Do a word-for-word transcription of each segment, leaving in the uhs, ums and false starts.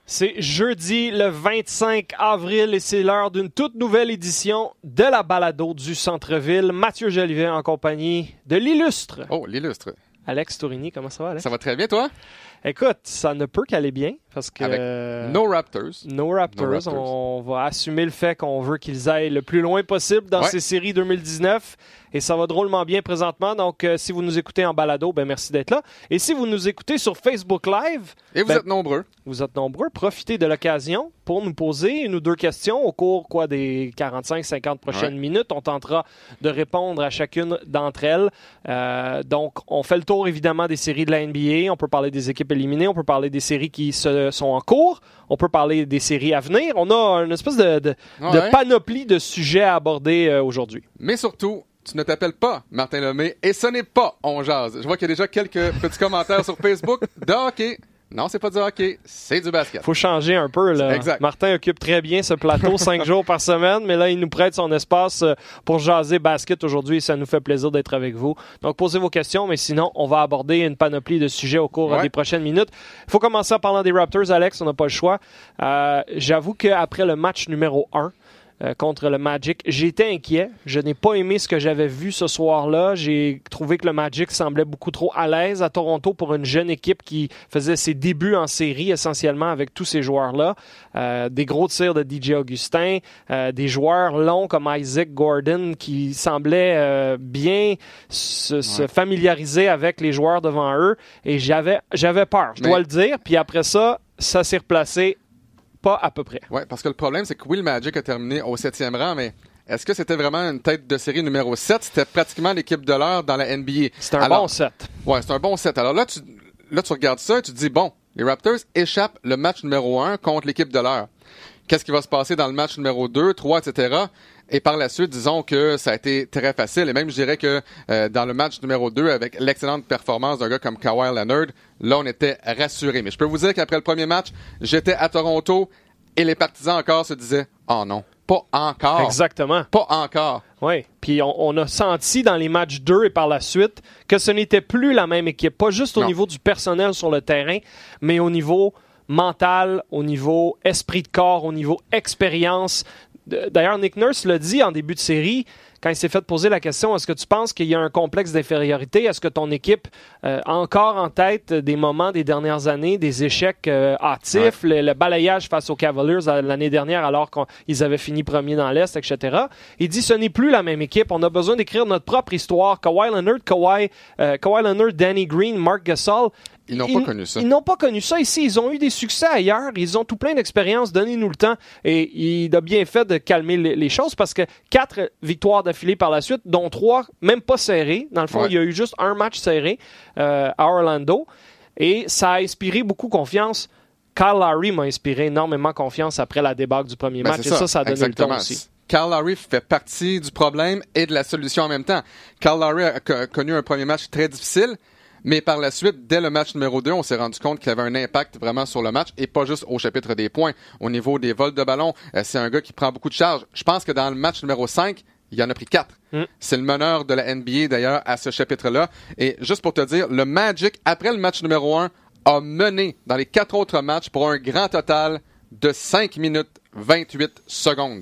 C'est jeudi le vingt-cinq avril et c'est l'heure d'une toute nouvelle édition de la balado du Centre-Ville. Mathieu Jolivet en compagnie de l'illustre. Oh, l'illustre. Alex Tourigny, comment ça va, Alex? Ça va très bien, toi? Écoute, ça ne peut qu'aller bien parce que... Avec euh, No Raptors. No Raptors. No Raptors. On va assumer le fait qu'on veut qu'ils aillent le plus loin possible dans Ouais. ces séries deux mille dix-neuf et ça va drôlement bien présentement. Donc, euh, si vous nous écoutez en balado, ben merci d'être là. Et si vous nous écoutez sur Facebook Live... Et vous ben, êtes nombreux. Vous êtes nombreux. Profitez de l'occasion pour nous poser une ou deux questions au cours quoi, des quarante-cinq cinquante prochaines Ouais. minutes. On tentera de répondre à chacune d'entre elles. Euh, donc, on fait le tour évidemment des séries de la N B A. On peut parler des équipes éliminées. On peut parler des séries qui se, sont en cours. On peut parler des séries à venir. On a une espèce de, de, Ouais. de panoplie de sujets à aborder euh, aujourd'hui. Mais surtout, tu ne t'appelles pas Martin Lemay et ce n'est pas On Jase. Je vois qu'il y a déjà quelques petits commentaires sur Facebook de hockey. Non, c'est pas du hockey, c'est du basket. Faut changer un peu. Là. Exact. Martin occupe très bien ce plateau cinq jours par semaine, mais là, il nous prête son espace euh, pour jaser basket aujourd'hui et ça nous fait plaisir d'être avec vous. Donc, posez vos questions, mais sinon, on va aborder une panoplie de sujets au cours Ouais. des prochaines minutes. Il faut commencer en parlant des Raptors, Alex, on n'a pas le choix. Euh, j'avoue qu'après le match numéro un, Euh, contre le Magic. J'étais inquiet. Je n'ai pas aimé ce que j'avais vu ce soir-là. J'ai trouvé que le Magic semblait beaucoup trop à l'aise à Toronto pour une jeune équipe qui faisait ses débuts en série essentiellement avec tous ces joueurs-là. Euh, des gros tirs de D J Augustin, euh, des joueurs longs comme Isaac Gordon qui semblaient euh, bien se, ouais. se familiariser avec les joueurs devant eux. Et j'avais, j'avais peur, je Mais... dois le dire. Puis après ça, ça s'est replacé pas à peu près. Oui, parce que le problème, c'est que oui, le Magic a terminé au septième rang, mais est-ce que c'était vraiment une tête de série numéro sept? C'était pratiquement l'équipe de l'heure dans la N B A. C'est un Alors, bon set. Oui, c'est un bon set. Alors là tu, là, tu regardes ça et tu te dis, bon, les Raptors échappent le match numéro un contre l'équipe de l'heure. Qu'est-ce qui va se passer dans le match numéro deux, trois, et cetera? Et par la suite, disons que ça a été très facile. Et même, je dirais que euh, dans le match numéro deux, avec l'excellente performance d'un gars comme Kawhi Leonard, là, on était rassurés. Mais je peux vous dire qu'après le premier match, j'étais à Toronto et les partisans encore se disaient « Oh non, pas encore! » Exactement. Pas encore. Oui, puis on, on a senti dans les matchs deux et par la suite que ce n'était plus la même équipe. Pas juste au non. niveau du personnel sur le terrain, mais au niveau mental, au niveau esprit de corps, au niveau expérience. D'ailleurs, Nick Nurse l'a dit en début de série, quand il s'est fait poser la question, est-ce que tu penses qu'il y a un complexe d'infériorité? Est-ce que ton équipe euh, a encore en tête des moments des dernières années, des échecs euh, hâtifs, ouais. le, le balayage face aux Cavaliers l'année dernière alors qu'ils avaient fini premier dans l'Est, et cetera. Il dit, ce n'est plus la même équipe. On a besoin d'écrire notre propre histoire. Kawhi Leonard, Kawhi, euh, Kawhi Leonard, Danny Green, Marc Gasol. Ils n'ont ils, pas connu ça. Ils n'ont pas connu ça ici. Ils ont eu des succès ailleurs. Ils ont tout plein d'expérience. Donnez-nous le temps. Et il a bien fait de calmer les, les choses parce que quatre victoires d'affilée par la suite, dont trois même pas serrées. Dans le fond, ouais. il y a eu juste un match serré euh, à Orlando. Et ça a inspiré beaucoup confiance. Kyle Lowry m'a inspiré énormément confiance après la débâcle du premier ben match. Et ça, ça, ça a donné Exactement. le ton aussi. Kyle Lowry fait partie du problème et de la solution en même temps. Kyle Lowry a co- connu un premier match très difficile. Mais par la suite, dès le match numéro deux, on s'est rendu compte qu'il avait un impact vraiment sur le match et pas juste au chapitre des points. Au niveau des vols de ballon, euh, c'est un gars qui prend beaucoup de charges. Je pense que dans le match numéro cinq, il en a pris quatre. Mm. C'est le meneur de la N B A d'ailleurs à ce chapitre-là. Et juste pour te dire, le Magic, après le match numéro un, a mené dans les quatre autres matchs pour un grand total de cinq minutes vingt-huit secondes.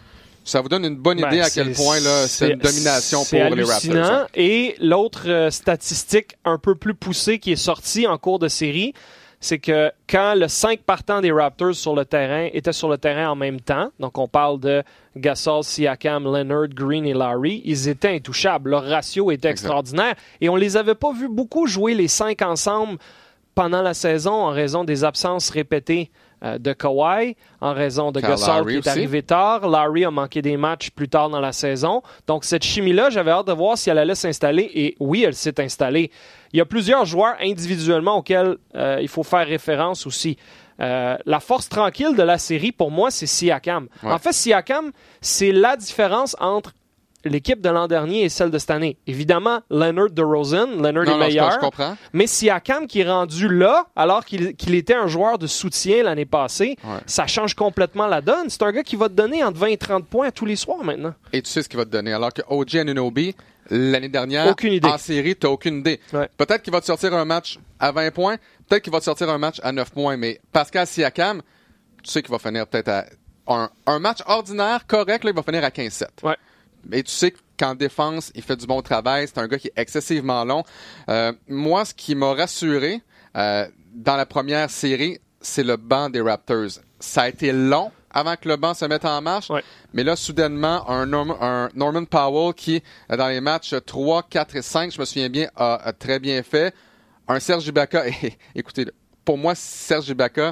Ça vous donne une bonne idée ben, à quel point là, c'est, c'est une domination c'est pour les Raptors. Hein. Et l'autre euh, statistique un peu plus poussée qui est sortie en cours de série, c'est que quand le cinq partants des Raptors sur le terrain étaient sur le terrain en même temps, donc on parle de Gasol, Siakam, Leonard, Green et Lowry, ils étaient intouchables. Leur ratio était exact. Extraordinaire. Et on les avait pas vus beaucoup jouer les cinq ensemble pendant la saison en raison des absences répétées Euh, de Kawhi, en raison de Gasol qui est aussi. arrivé tard. Larry a manqué des matchs plus tard dans la saison. Donc, cette chimie-là, j'avais hâte de voir si elle allait s'installer. Et oui, elle s'est installée. Il y a plusieurs joueurs individuellement auxquels euh, il faut faire référence aussi. Euh, la force tranquille de la série, pour moi, c'est Siakam. Ouais. En fait, Siakam, c'est la différence entre l'équipe de l'an dernier et celle de cette année. Évidemment, Leonard DeRozan, Leonard non, est non, meilleur. Je, je comprends. Mais Siakam qui est rendu là, alors qu'il, qu'il était un joueur de soutien l'année passée, ouais. ça change complètement la donne. C'est un gars qui va te donner entre vingt et trente points tous les soirs maintenant. Et tu sais ce qu'il va te donner. Alors que O G Anunoby, l'année dernière, aucune idée. en série, tu n'as aucune idée. Ouais. Peut-être qu'il va te sortir un match à vingt points. peut-être qu'il va te sortir un match à neuf points, mais Pascal Siakam, tu sais qu'il va finir peut-être à un, un match ordinaire, correct, là, il va finir à quinze sept. Ouais. Mais tu sais qu'en défense, il fait du bon travail. C'est un gars qui est excessivement long. Euh, moi, ce qui m'a rassuré euh, dans la première série, c'est le banc des Raptors. Ça a été long avant que le banc se mette en marche. Ouais. Mais là, soudainement, un, Norm- un Norman Powell qui, dans les matchs trois, quatre et cinq, je me souviens bien, a, a très bien fait. Un Serge Ibaka. Écoutez, pour moi, Serge Ibaka,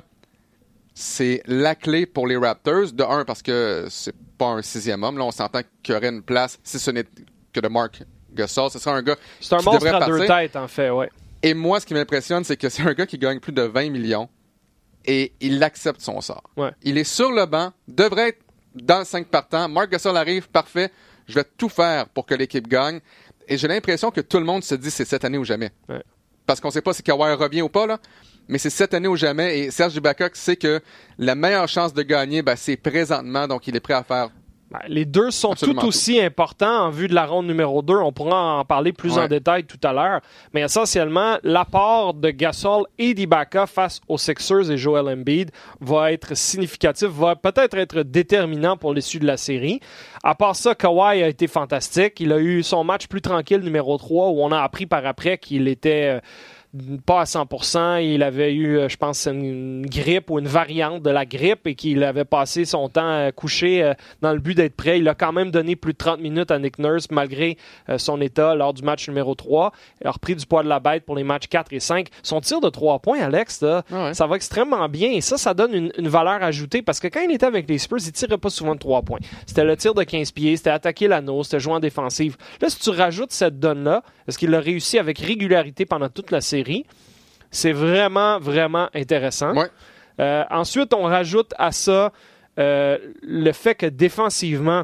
c'est la clé pour les Raptors. De un, parce que c'est pas un sixième homme. Là, on s'entend qu'il y aurait une place, si ce n'est que de Marc Gasol. Ce serait un gars C'est un qui monstre devrait à deux partir. têtes, en fait, ouais. Et moi, ce qui m'impressionne, c'est que c'est un gars qui gagne plus de vingt millions et il accepte son sort. Ouais. Il est sur le banc, devrait être dans le cinq partants. Marc Gasol arrive, parfait. Je vais tout faire pour que l'équipe gagne. Et j'ai l'impression que tout le monde se dit c'est cette année ou jamais. Ouais. Parce qu'on ne sait pas si Kawhi revient ou pas, là. Mais c'est cette année ou jamais. Et Serge Ibaka sait que la meilleure chance de gagner, ben, c'est présentement. Donc, il est prêt à faire. Ben, les deux sont Absolument tout aussi importants en vue de la ronde numéro deux. On pourra en parler plus Ouais. en détail tout à l'heure. Mais essentiellement, l'apport de Gasol et d'Ibaka face aux Sixers et Joel Embiid va être significatif, va peut-être être déterminant pour l'issue de la série. À part ça, Kawhi a été fantastique. Il a eu son match plus tranquille numéro trois où on a appris par après qu'il était... Euh, pas à cent pour cent. Il avait eu, je pense, une grippe ou une variante de la grippe et qu'il avait passé son temps couché dans le but d'être prêt. Il a quand même donné plus de trente minutes à Nick Nurse malgré son état lors du match numéro trois. Il a repris du poids de la bête pour les matchs quatre et cinq. Son tir de trois points, Alex, là, Ouais. ça va extrêmement bien et ça, ça donne une, une valeur ajoutée parce que quand il était avec les Spurs, il tirait pas souvent de trois points. C'était le tir de quinze pieds, c'était attaquer l'anneau, c'était jouer en défensive. Là, si tu rajoutes cette donne-là, est-ce qu'il l'a réussi avec régularité pendant toute la série? C'est vraiment, vraiment intéressant. Ouais. Euh, ensuite, on rajoute à ça euh, le fait que défensivement,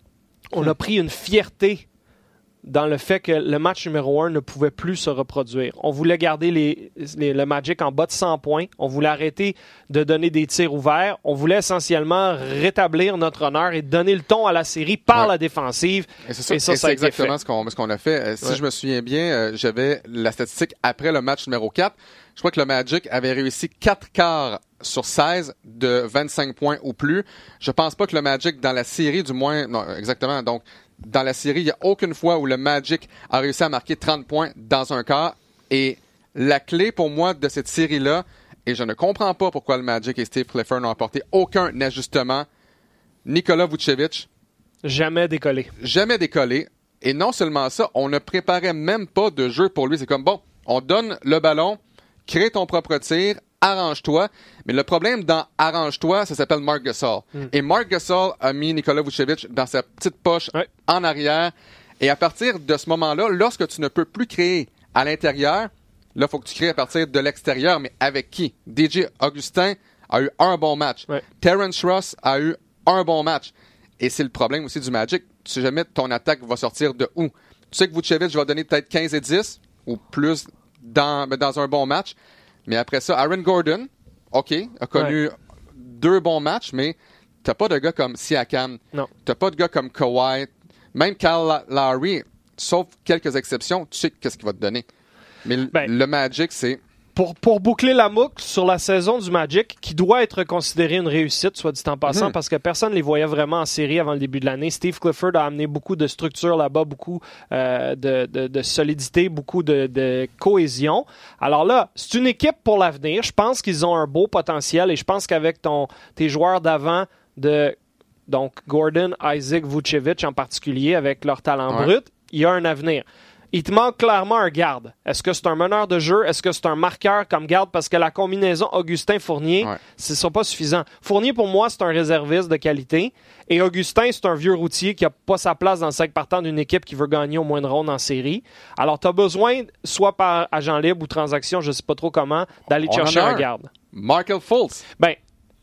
on a pris une fierté dans le fait que le match numéro un ne pouvait plus se reproduire. On voulait garder les, les, le Magic en bas de cent points. On voulait arrêter de donner des tirs ouverts. On voulait essentiellement rétablir notre honneur et donner le ton à la série par Ouais. la défensive. Et c'est ça, Et ça, et ça a c'est été exactement fait. ce qu'on, ce qu'on a fait. Euh, si Ouais. je me souviens bien, euh, j'avais la statistique après le match numéro quatre. Je crois que le Magic avait réussi quatre quarts sur seize de vingt-cinq points ou plus. Je pense pas que le Magic, dans la série du moins... Non, exactement. Donc, dans la série, il n'y a aucune fois où le Magic a réussi à marquer trente points dans un quart. Et la clé pour moi de cette série-là, et je ne comprends pas pourquoi le Magic et Steve Clifford n'ont apporté aucun ajustement, Nikola Vucevic, Jamais décollé. jamais décollé. Et non seulement ça, on ne préparait même pas de jeu pour lui. C'est comme, bon, on donne le ballon, crée ton propre tir, arrange-toi. Mais le problème dans arrange-toi, ça s'appelle Marc Gasol. Mm. Et Marc Gasol a mis Nikola Vucevic dans sa petite poche ouais. en arrière. Et à partir de ce moment-là, lorsque tu ne peux plus créer à l'intérieur, là, il faut que tu crées à partir de l'extérieur. Mais avec qui? D J Augustin a eu un bon match. Ouais. Terrence Ross a eu un bon match. Et c'est le problème aussi du Magic. Tu sais jamais ton attaque va sortir de où. Tu sais que Vucevic va donner peut-être quinze et dix ou plus dans, dans un bon match. Mais après ça, Aaron Gordon, OK, a connu ouais. deux bons matchs, mais t'as pas de gars comme Siakam. Non. T'as pas de gars comme Kawhi. Même Kyle Lowry, sauf quelques exceptions, tu sais qu'est-ce qu'il va te donner. Mais ben, le Magic, c'est... Pour, pour boucler la boucle sur la saison du Magic, qui doit être considérée une réussite, soit dit en passant, mm-hmm. parce que personne ne les voyait vraiment en série avant le début de l'année. Steve Clifford a amené beaucoup de structure là-bas, beaucoup euh, de, de, de solidité, beaucoup de, de cohésion. Alors là, c'est une équipe pour l'avenir. Je pense qu'ils ont un beau potentiel et je pense qu'avec ton, tes joueurs d'avant, de donc Gordon, Isaac, Vucevic en particulier, avec leur talent ouais. brut, il y a un avenir. Il te manque clairement un garde. Est-ce que c'est un meneur de jeu? Est-ce que c'est un marqueur comme garde? Parce que la combinaison Augustin-Fournier, ouais. ce ne sera pas suffisant. Fournier, pour moi, c'est un réserviste de qualité. Et Augustin, c'est un vieux routier qui n'a pas sa place dans le cinq partant d'une équipe qui veut gagner au moins de rondes en série. Alors, tu as besoin, soit par agent libre ou transaction, je ne sais pas trop comment, d'aller On chercher un un. garde. Markelle Fultz. Ben,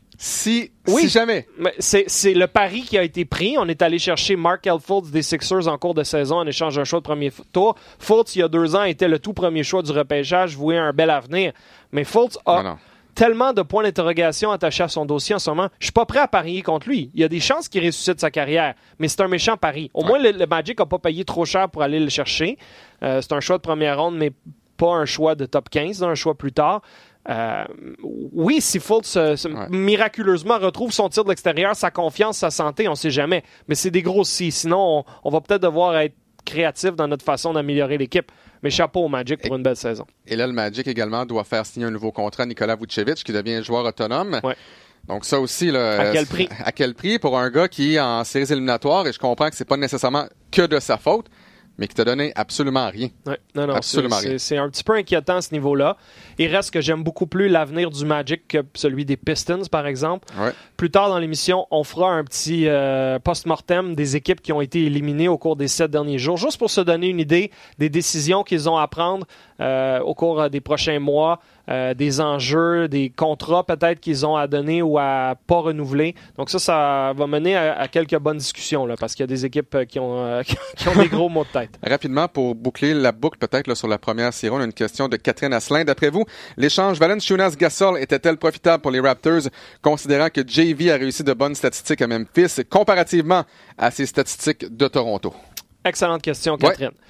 Si, oui, si jamais. Mais c'est, c'est le pari qui a été pris. On est allé chercher Markelle Fultz des Sixers en cours de saison en échange d'un choix de premier tour. Fultz, il y a deux ans, était le tout premier choix du repêchage, voué un bel avenir. Mais Fultz a non, non. tellement de points d'interrogation attachés à son dossier en ce moment. Je suis pas prêt à parier contre lui. Il y a des chances qu'il ressuscite sa carrière, mais c'est un méchant pari. Au ouais. moins, le, le Magic n'a pas payé trop cher pour aller le chercher. Euh, c'est un choix de première ronde, mais pas un choix de top quinze, un choix plus tard. Euh, oui, si Fultz se, se ouais. miraculeusement retrouve son tir de l'extérieur, sa confiance, sa santé, on ne sait jamais. Mais c'est des gros si. Sinon, on, on va peut-être devoir être créatif dans notre façon d'améliorer l'équipe. Mais chapeau au Magic pour et, une belle saison. Et là, le Magic également doit faire signer un nouveau contrat à Nikola Vucevic, qui devient joueur autonome. Ouais. Donc ça aussi, là, à quel prix? À quel prix pour un gars qui est en séries éliminatoires, et je comprends que c'est pas nécessairement que de sa faute, mais qui t'a donné absolument rien. Ouais, non, non, absolument c'est, rien. C'est, c'est un petit peu inquiétant à ce niveau-là. Il reste que j'aime beaucoup plus l'avenir du Magic que celui des Pistons, par exemple. Ouais. Plus tard dans l'émission, on fera un petit euh, post-mortem des équipes qui ont été éliminées au cours des sept derniers jours, juste pour se donner une idée des décisions qu'ils ont à prendre euh, au cours des prochains mois, euh, des enjeux, des contrats peut-être qu'ils ont à donner ou à pas renouveler. Donc ça, ça va mener à, à quelques bonnes discussions, là, parce qu'il y a des équipes qui ont, euh, qui ont des gros mots de tête. Rapidement, pour boucler la boucle peut-être là, sur la première série, on a une question de Catherine Asselin. D'après vous, l'échange Valanciunas-Gasol était-elle profitable pour les Raptors, considérant que J V a réussi de bonnes statistiques à Memphis, comparativement à ses statistiques de Toronto? Excellente question, Catherine. Ouais.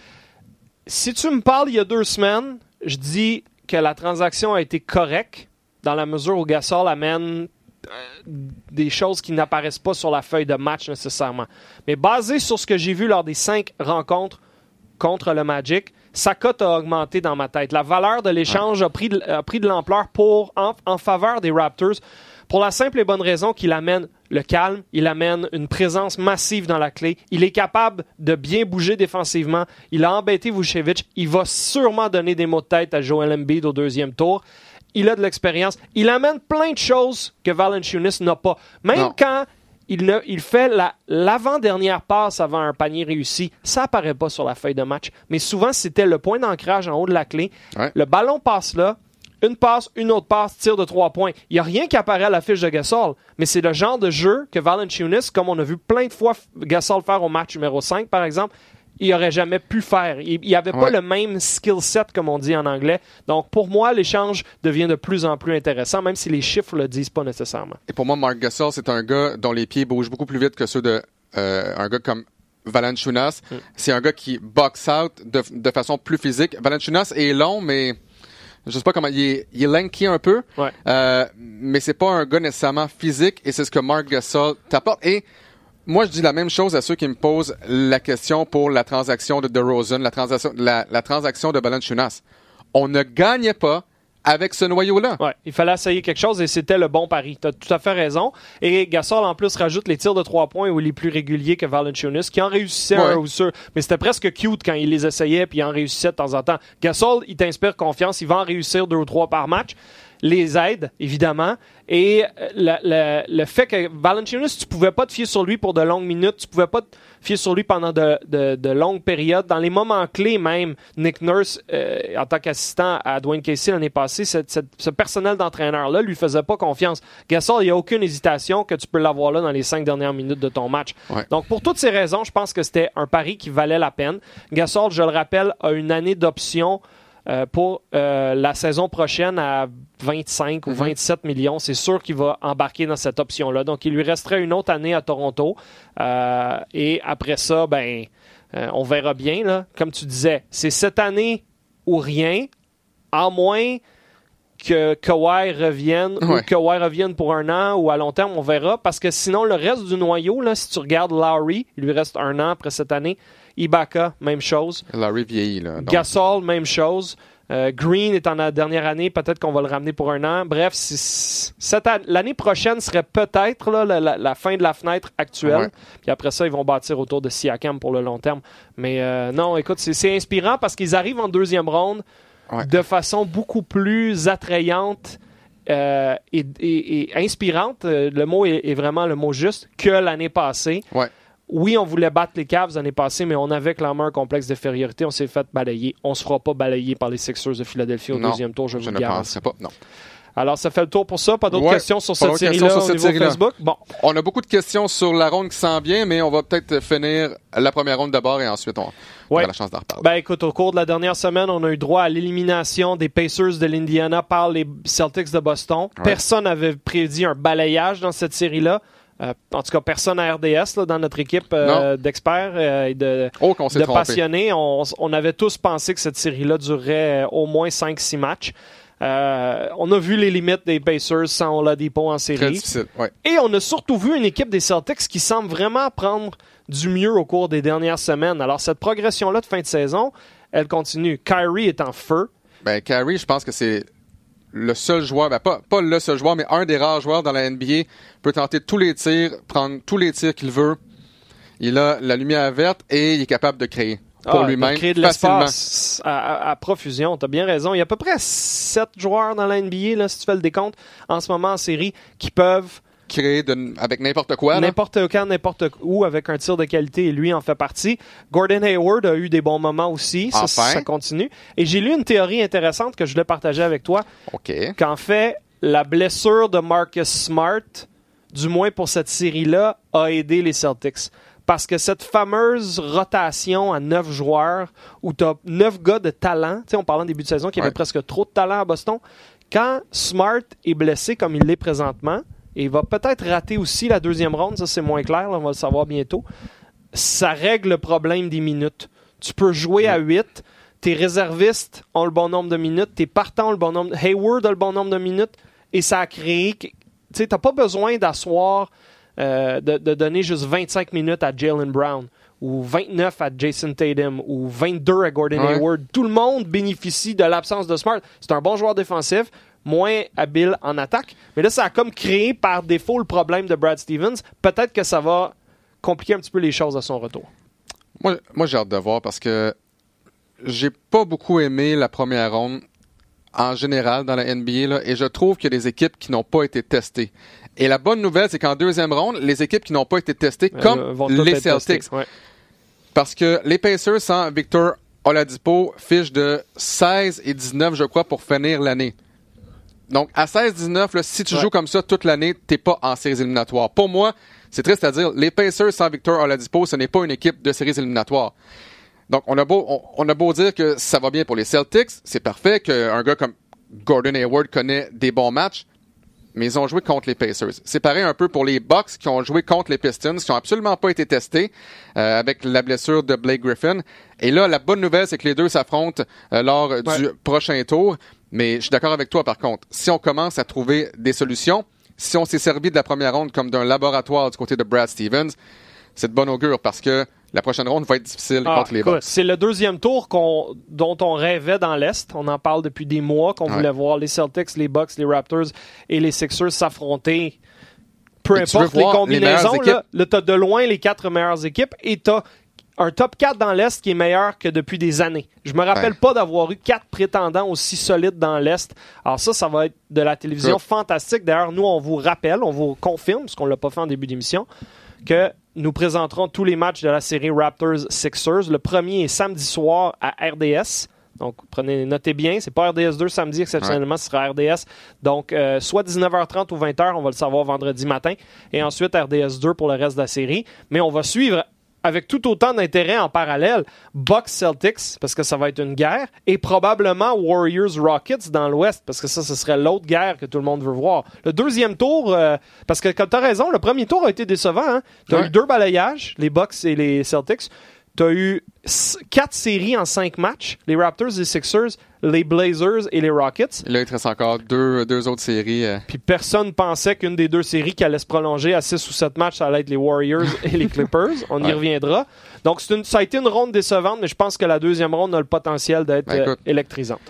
Si tu me parles il y a deux semaines, je dis que la transaction a été correcte dans la mesure où Gasol amène euh, des choses qui n'apparaissent pas sur la feuille de match nécessairement. Mais basé sur ce que j'ai vu lors des cinq rencontres contre le Magic, sa cote a augmenté dans ma tête. La valeur de l'échange ouais. a, pris de, a pris de l'ampleur pour, en, en faveur des Raptors pour la simple et bonne raison qu'il amène le calme, il amène une présence massive dans la clé, il est capable de bien bouger défensivement, il a embêté Vucevic, il va sûrement donner des mots de tête à Joel Embiid au deuxième tour, il a de l'expérience, il amène plein de choses que Valanciunas n'a pas. Même non. quand il, ne, il fait la, l'avant-dernière passe avant un panier réussi, ça apparaît pas sur la feuille de match, mais souvent c'était le point d'ancrage en haut de la clé, ouais. le ballon passe là, une passe, une autre passe, tir de trois points. Il n'y a rien qui apparaît à la fiche de Gasol, mais c'est le genre de jeu que Valanciunas, comme on a vu plein de fois Gasol faire au match numéro cinq, par exemple, il n'aurait jamais pu faire. Il n'y avait pas ouais. le même skill set, comme on dit en anglais. Donc, pour moi, l'échange devient de plus en plus intéressant, même si les chiffres ne le disent pas nécessairement. Et pour moi, Marc Gasol, c'est un gars dont les pieds bougent beaucoup plus vite que ceux de euh, un gars comme Valanciunas. Mm. C'est un gars qui box out de, de façon plus physique. Valanciunas est long, mais... Je sais pas comment, il est, il est lanky un peu, ouais. euh, mais c'est pas un gars nécessairement physique et c'est ce que Marc Gasol t'apporte. Et moi, je dis la même chose à ceux qui me posent la question pour la transaction de DeRozan, la transaction, la, la transaction de Valanciunas. On ne gagnait pas avec ce noyau-là. Ouais, il fallait essayer quelque chose et c'était le bon pari. Tu as tout à fait raison. Et Gasol, en plus, rajoute les tirs de trois points où il est plus régulier que Valanciunas, qui en réussissait ouais. un ou sûr. Mais c'était presque cute quand il les essayait puis il en réussissait de temps en temps. Gasol, il t'inspire confiance. Il va en réussir deux ou trois par match. Les aide, évidemment. Et le, le, le fait que Valanciunas, tu pouvais pas te fier sur lui pour de longues minutes. Tu pouvais pas te fier sur lui pendant de, de, de longues périodes. Dans les moments clés même, Nick Nurse, euh, en tant qu'assistant à Dwayne Casey l'année passée, cette, cette, ce personnel d'entraîneur-là lui faisait pas confiance. Gasol, il n'y a aucune hésitation que tu peux l'avoir là dans les cinq dernières minutes de ton match. Ouais. Donc, pour toutes ces raisons, je pense que c'était un pari qui valait la peine. Gasol, je le rappelle, a une année d'option Euh, pour euh, la saison prochaine à vingt-cinq mm-hmm. ou vingt-sept millions. C'est sûr qu'il va embarquer dans cette option-là. Donc, il lui resterait une autre année à Toronto. Euh, et après ça, ben, euh, on verra bien. Là. Comme tu disais, c'est cette année ou rien, en moins que Kawhi revienne ouais. ou que Kawhi revienne pour un an ou à long terme, on verra. Parce que sinon, le reste du noyau, là, si tu regardes Lowry, il lui reste un an après cette année. Ibaka, même chose. Larry vieillit, là. Donc... Gasol, même chose. Euh, Green est en la dernière année. Peut-être qu'on va le ramener pour un an. Bref, c'est, cette année, l'année prochaine serait peut-être là, la, la, la fin de la fenêtre actuelle. Ouais. Puis après ça, ils vont bâtir autour de Siakam pour le long terme. Mais euh, non, écoute, c'est, c'est inspirant parce qu'ils arrivent en deuxième ronde ouais. de façon beaucoup plus attrayante euh, et, et, et inspirante. Le mot est, est vraiment le mot juste que l'année passée. Ouais. Oui, on voulait battre les Cavs l'année passée, mais on avait clairement un complexe d'infériorité. On s'est fait balayer. On ne se fera pas balayer par les Sixers de Philadelphie au non, deuxième tour, je, je vous le ne garantis. penserais pas, non. Alors, ça fait le tour pour ça. Pas d'autres ouais, questions sur cette série-là sur au cette niveau série-là. Facebook? Bon. On a beaucoup de questions sur la ronde qui s'en vient, mais on va peut-être finir la première ronde d'abord et ensuite on ouais. aura la chance d'en reparler. Ben, écoute, au cours de la dernière semaine, on a eu droit à l'élimination des Pacers de l'Indiana par les Celtics de Boston. Ouais. Personne n'avait prédit un balayage dans cette série-là. Euh, en tout cas, personne à R D S là, dans notre équipe euh, d'experts euh, et de, oh, qu'on s'est de trompé. passionnés. On, on avait tous pensé que cette série-là durerait euh, au moins cinq six matchs. Euh, on a vu les limites des Pacers sans Oladipo en série. Très difficile, ouais. Et on a surtout vu une équipe des Celtics qui semble vraiment prendre du mieux au cours des dernières semaines. Alors, cette progression-là de fin de saison, elle continue. Kyrie est en feu. Ben, Kyrie, je pense que c'est le seul joueur, ben pas, pas le seul joueur, mais un des rares joueurs dans la N B A peut tenter tous les tirs, prendre tous les tirs qu'il veut. Il a la lumière verte et il est capable de créer pour ah, lui-même de créer de facilement. l'espace à, à, à profusion. Tu as bien raison. Il y a à peu près sept joueurs dans la N B A, là, si tu fais le décompte, en ce moment en série, qui peuvent créer de, avec n'importe quoi. N'importe quand, n'importe où, avec un tir de qualité, et lui en fait partie. Gordon Hayward a eu des bons moments aussi. Ça, enfin. ça continue. Et j'ai lu une théorie intéressante que je voulais partager avec toi. OK. Qu'en fait, la blessure de Marcus Smart, du moins pour cette série-là, a aidé les Celtics. Parce que cette fameuse rotation à neuf joueurs, où tu as neuf gars de talent, tu sais, on parlait en début de saison qu'il y avait ouais. presque trop de talent à Boston, quand Smart est blessé comme il l'est présentement, et il va peut-être rater aussi la deuxième ronde, ça c'est moins clair, là, on va le savoir bientôt, ça règle le problème des minutes. Tu peux jouer à huit, tes réservistes ont le bon nombre de minutes, tes partants ont le bon nombre, Hayward a le bon nombre de minutes, et ça a créé, tu sais, t'as pas besoin d'asseoir, euh, de, de donner juste vingt-cinq minutes à Jaylen Brown, ou vingt-neuf à Jason Tatum, ou vingt-deux à Gordon ouais. Hayward. Tout le monde bénéficie de l'absence de Smart. C'est un bon joueur défensif, moins habile en attaque. Mais là, ça a comme créé par défaut le problème de Brad Stevens. Peut-être que ça va compliquer un petit peu les choses à son retour. Moi, moi j'ai hâte de voir parce que j'ai pas beaucoup aimé la première ronde en général dans la N B A là, et je trouve qu'il y a des équipes qui n'ont pas été testées. Et la bonne nouvelle, c'est qu'en deuxième ronde, les équipes qui n'ont pas été testées, euh, comme les Celtics, ouais. parce que les Pacers sans Victor Oladipo fichent de seize et dix-neuf, je crois, pour finir l'année. Donc, à seize dix-neuf, là, si tu ouais. joues comme ça toute l'année, t'es pas en séries éliminatoires. Pour moi, c'est triste à dire, les Pacers sans Victor Oladipo, ce n'est pas une équipe de séries éliminatoires. Donc, on a beau, on, on a beau dire que ça va bien pour les Celtics, c'est parfait qu'un gars comme Gordon Hayward connaît des bons matchs, mais ils ont joué contre les Pacers. C'est pareil un peu pour les Bucks qui ont joué contre les Pistons, qui n'ont absolument pas été testés euh, avec la blessure de Blake Griffin. Et là, la bonne nouvelle, c'est que les deux s'affrontent euh, lors ouais. du prochain tour. Mais je suis d'accord avec toi, par contre. Si on commence à trouver des solutions, si on s'est servi de la première ronde comme d'un laboratoire du côté de Brad Stevens, c'est de bon augure parce que la prochaine ronde va être difficile ah, contre les Bucks. C'est le deuxième tour qu'on, dont on rêvait dans l'Est. On en parle depuis des mois qu'on ouais. voulait voir les Celtics, les Bucks, les Raptors et les Sixers s'affronter. Peu et importe les combinaisons, les là, là tu as de loin les quatre meilleures équipes et tu as un top quatre dans l'Est qui est meilleur que depuis des années. Je me rappelle ouais. pas d'avoir eu quatre prétendants aussi solides dans l'Est. Alors ça, ça va être de la télévision ouais. fantastique. D'ailleurs, nous, on vous rappelle, on vous confirme, parce qu'on l'a pas fait en début d'émission, que nous présenterons tous les matchs de la série Raptors-Sixers. Le premier est samedi soir à R D S. Donc, prenez, notez bien, c'est pas R D S deux samedi, exceptionnellement, ouais. ce sera R D S. Donc, euh, soit dix-neuf heures trente ou vingt heures, on va le savoir vendredi matin. Et ensuite, R D S deux pour le reste de la série. Mais on va suivre avec tout autant d'intérêt en parallèle Bucks-Celtics, parce que ça va être une guerre, et probablement Warriors-Rockets dans l'Ouest, parce que ça, ce serait l'autre guerre que tout le monde veut voir. Le deuxième tour, euh, parce que quand tu as raison, le premier tour a été décevant. Hein? Tu as ouais. eu deux balayages, les Bucks et les Celtics. Tu as eu quatre séries en cinq matchs, les Raptors, les Sixers, les Blazers et les Rockets. Et là, il te reste encore deux, deux autres séries. Euh... Puis personne pensait qu'une des deux séries qui allait se prolonger à six ou sept matchs, ça allait être les Warriors et les Clippers. On ouais. y reviendra. Donc, c'est une, ça a été une ronde décevante, mais je pense que la deuxième ronde a le potentiel d'être ben, écoute, euh, électrisante.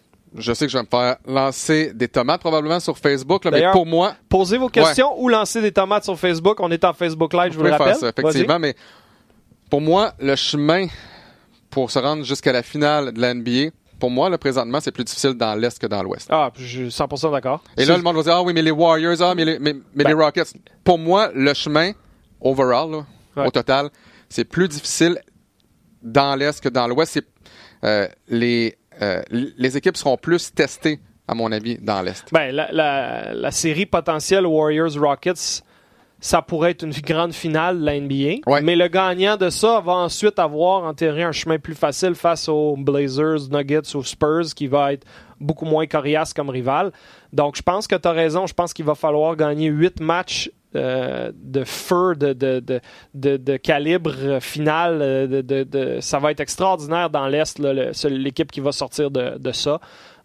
Je sais que je vais me faire lancer des tomates probablement sur Facebook, là, mais pour moi... Posez vos questions ouais. ou lancez des tomates sur Facebook. On est en Facebook Live, je vous le rappelle. Faire ça, effectivement, Vas-y. mais... Pour moi, le chemin pour se rendre jusqu'à la finale de la N B A, pour moi, là, présentement, c'est plus difficile dans l'Est que dans l'Ouest. Ah, je suis cent pour cent d'accord. Et c'est... là, le monde va dire, ah oui, mais les Warriors, ah, mais les, mais, mais ben... les Rockets. Pour moi, le chemin, overall, là, ouais. au total, c'est plus difficile dans l'Est que dans l'Ouest. C'est, euh, les, euh, les équipes seront plus testées, à mon avis, dans l'Est. Ben, la, la, la série potentielle Warriors-Rockets... ça pourrait être une grande finale de la N B A. Ouais. Mais le gagnant de ça va ensuite avoir, en théorie, un chemin plus facile face aux Blazers, Nuggets ou Spurs, qui va être beaucoup moins coriace comme rival. Donc, je pense que tu as raison. Je pense qu'il va falloir gagner huit matchs euh, de feu, de, de, de, de, de calibre final. De, de, de, ça va être extraordinaire dans l'Est, là, le, l'équipe qui va sortir de, de ça.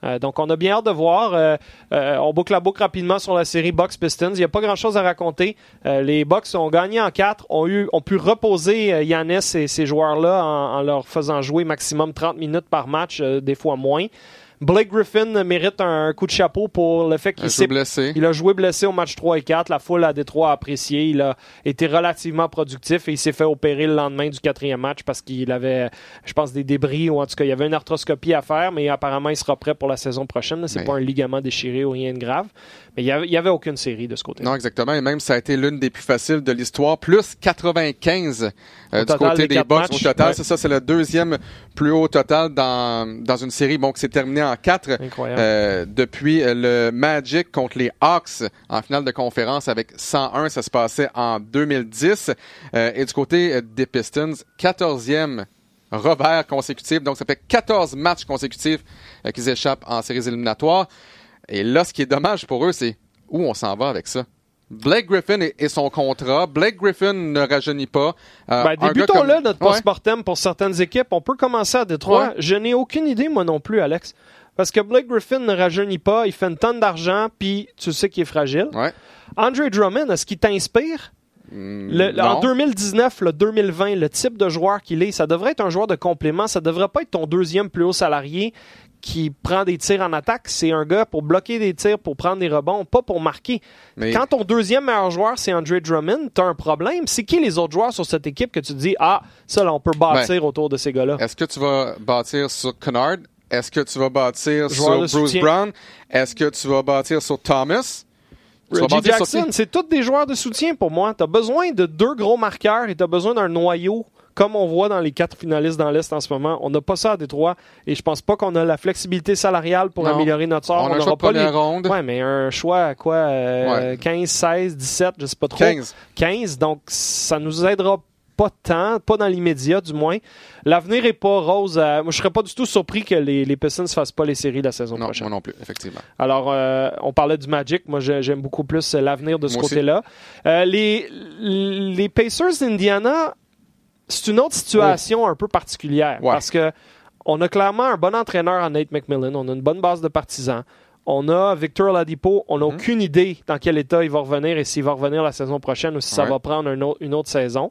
Euh, donc, on a bien hâte de voir. Euh, euh, on boucle la boucle rapidement sur la série Bucks-Pistons. Il n'y a pas grand-chose à raconter. Euh, les Bucks ont gagné en quatre, ont, eu, ont pu reposer euh, Giannis et ces joueurs-là en, en leur faisant jouer maximum trente minutes par match, euh, des fois moins. Blake Griffin mérite un coup de chapeau pour le fait qu'il s'est blessé. Il a joué blessé au match trois et quatre. La foule à Détroit a apprécié. Il a été relativement productif et il s'est fait opérer le lendemain du quatrième match parce qu'il avait, je pense, des débris ou en tout cas, il y avait une arthroscopie à faire, mais apparemment, il sera prêt pour la saison prochaine. C'est mais... pas un ligament déchiré ou rien de grave. Mais il n'y avait, avait aucune série de ce côté-là. Non, exactement. Et même, ça a été l'une des plus faciles de l'histoire. Plus quatre-vingt-quinze euh, du côté des Bucks matchs, au total. Ouais. C'est ça, c'est le deuxième plus haut total dans, dans une série bon, qui s'est terminée en quatre. Euh, depuis le Magic contre les Hawks en finale de conférence avec cent un. Ça se passait en deux mille dix. Euh, et du côté des Pistons, quatorzième revers consécutif. Donc, ça fait quatorze matchs consécutifs euh, qu'ils échappent en séries éliminatoires. Et là, ce qui est dommage pour eux, c'est où on s'en va avec ça. Blake Griffin et, et son contrat. Blake Griffin ne rajeunit pas. Euh, ben, débutons-le, comme... notre post-mortem ouais. pour certaines équipes. On peut commencer à Détroit. Ouais. Je n'ai aucune idée, moi non plus, Alex. Parce que Blake Griffin ne rajeunit pas. Il fait une tonne d'argent, puis tu sais qu'il est fragile. Ouais. Andre Drummond, est-ce qu'il t'inspire? Mm, le, en deux mille dix-neuf, le deux mille vingt, le type de joueur qu'il est, ça devrait être un joueur de complément. Ça devrait pas être ton deuxième plus haut salarié qui prend des tirs en attaque. C'est un gars pour bloquer des tirs, pour prendre des rebonds, pas pour marquer. Mais... Quand ton deuxième meilleur joueur, c'est Andre Drummond, t'as un problème. C'est qui les autres joueurs sur cette équipe que tu te dis, ah, ça, là, on peut bâtir ben, autour de ces gars-là? Est-ce que tu vas bâtir sur Kennard? Est-ce que tu vas bâtir joueur sur Bruce soutien. Brown? Est-ce que tu vas bâtir sur Thomas? Reggie Jackson, c'est tous des joueurs de soutien pour moi. T'as besoin de deux gros marqueurs et t'as besoin d'un noyau comme on voit dans les quatre finalistes dans l'Est en ce moment. On n'a pas ça à Détroit et je pense pas qu'on a la flexibilité salariale pour non. améliorer notre sort. On, on a un choix de première les... ronde. Ouais, mais un choix à quoi? Euh, ouais. quinze, seize, dix-sept, je sais pas trop. quinze. quinze, donc ça nous aidera pas tant, pas dans l'immédiat du moins. L'avenir est pas rose. À... Moi, je serais pas du tout surpris que les, les Pistons ne fassent pas les séries la saison non, prochaine. Moi non plus, effectivement. Alors, euh, on parlait du Magic. Moi, j'aime beaucoup plus l'avenir de ce moi côté-là. Euh, les, les Pacers d'Indiana, c'est une autre situation oh. un peu particulière ouais. parce que on a clairement un bon entraîneur en Nate McMillan. On a une bonne base de partisans. On a Victor Oladipo. On n'a mm-hmm. aucune idée dans quel état il va revenir et s'il va revenir la saison prochaine ou si ouais. ça va prendre un autre, une autre saison.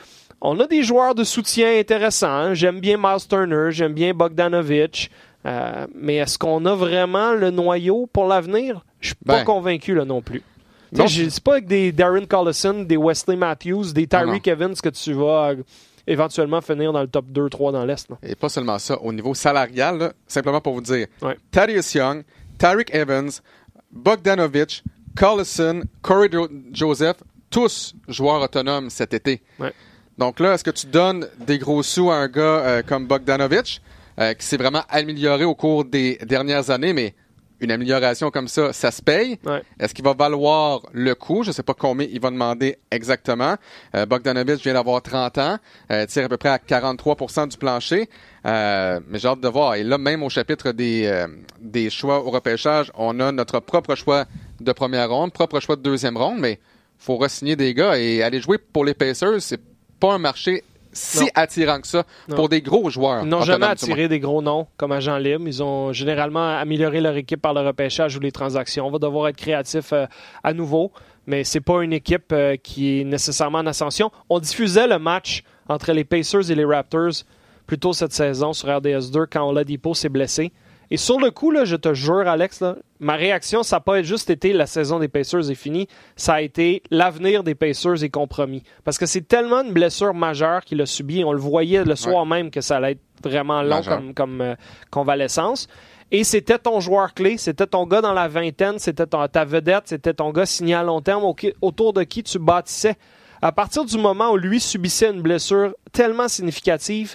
On a des joueurs de soutien intéressants. Hein. J'aime bien Miles Turner, j'aime bien Bogdanovic. Euh, mais est-ce qu'on a vraiment le noyau pour l'avenir? Je suis pas ben. convaincu là non plus. Non. C'est pas avec des Darren Collison, des Wesley Matthews, des Tyreek Evans que tu vas euh, éventuellement finir dans le top deux trois dans l'Est. Là. Et pas seulement ça. Au niveau salarial, là, simplement pour vous dire, ouais. Thaddeus Young, Tyreek Evans, Bogdanovic, Collison, Corey Joseph, tous joueurs autonomes cet été. Ouais. Donc là, est-ce que tu donnes des gros sous à un gars euh, comme Bogdanovic, euh, qui s'est vraiment amélioré au cours des dernières années, mais une amélioration comme ça, ça se paye? Ouais. Est-ce qu'il va valoir le coup? Je ne sais pas combien il va demander exactement. Euh, Bogdanovic vient d'avoir trente ans, euh, tire à peu près à quarante-trois pour cent du plancher. Euh, mais j'ai hâte de voir. Et là, même au chapitre des, euh, des choix au repêchage, on a notre propre choix de première ronde, propre choix de deuxième ronde, mais il faut re-signer des gars et aller jouer pour les Pacers, c'est pas un marché si non. attirant que ça non. pour des gros joueurs. Ils n'ont jamais attiré des gros noms comme agents libres. Ils ont généralement amélioré leur équipe par le repêchage ou les transactions. On va devoir être créatif euh, à nouveau, mais c'est pas une équipe euh, qui est nécessairement en ascension. On diffusait le match entre les Pacers et les Raptors plus tôt cette saison sur R D S deux quand Oladipo s'est blessé. Et sur le coup, là, je te jure, Alex, là, ma réaction, ça n'a pas juste été la saison des Pacers est finie, ça a été l'avenir des Pacers est compromis. Parce que c'est tellement une blessure majeure qu'il a subie. On le voyait le soir ouais. même que ça allait être vraiment long Majeur. comme, comme euh, convalescence. Et c'était ton joueur clé, c'était ton gars dans la vingtaine, c'était ton, ta vedette, c'était ton gars signé à long terme au, autour de qui tu bâtissais. À partir du moment où lui subissait une blessure tellement significative,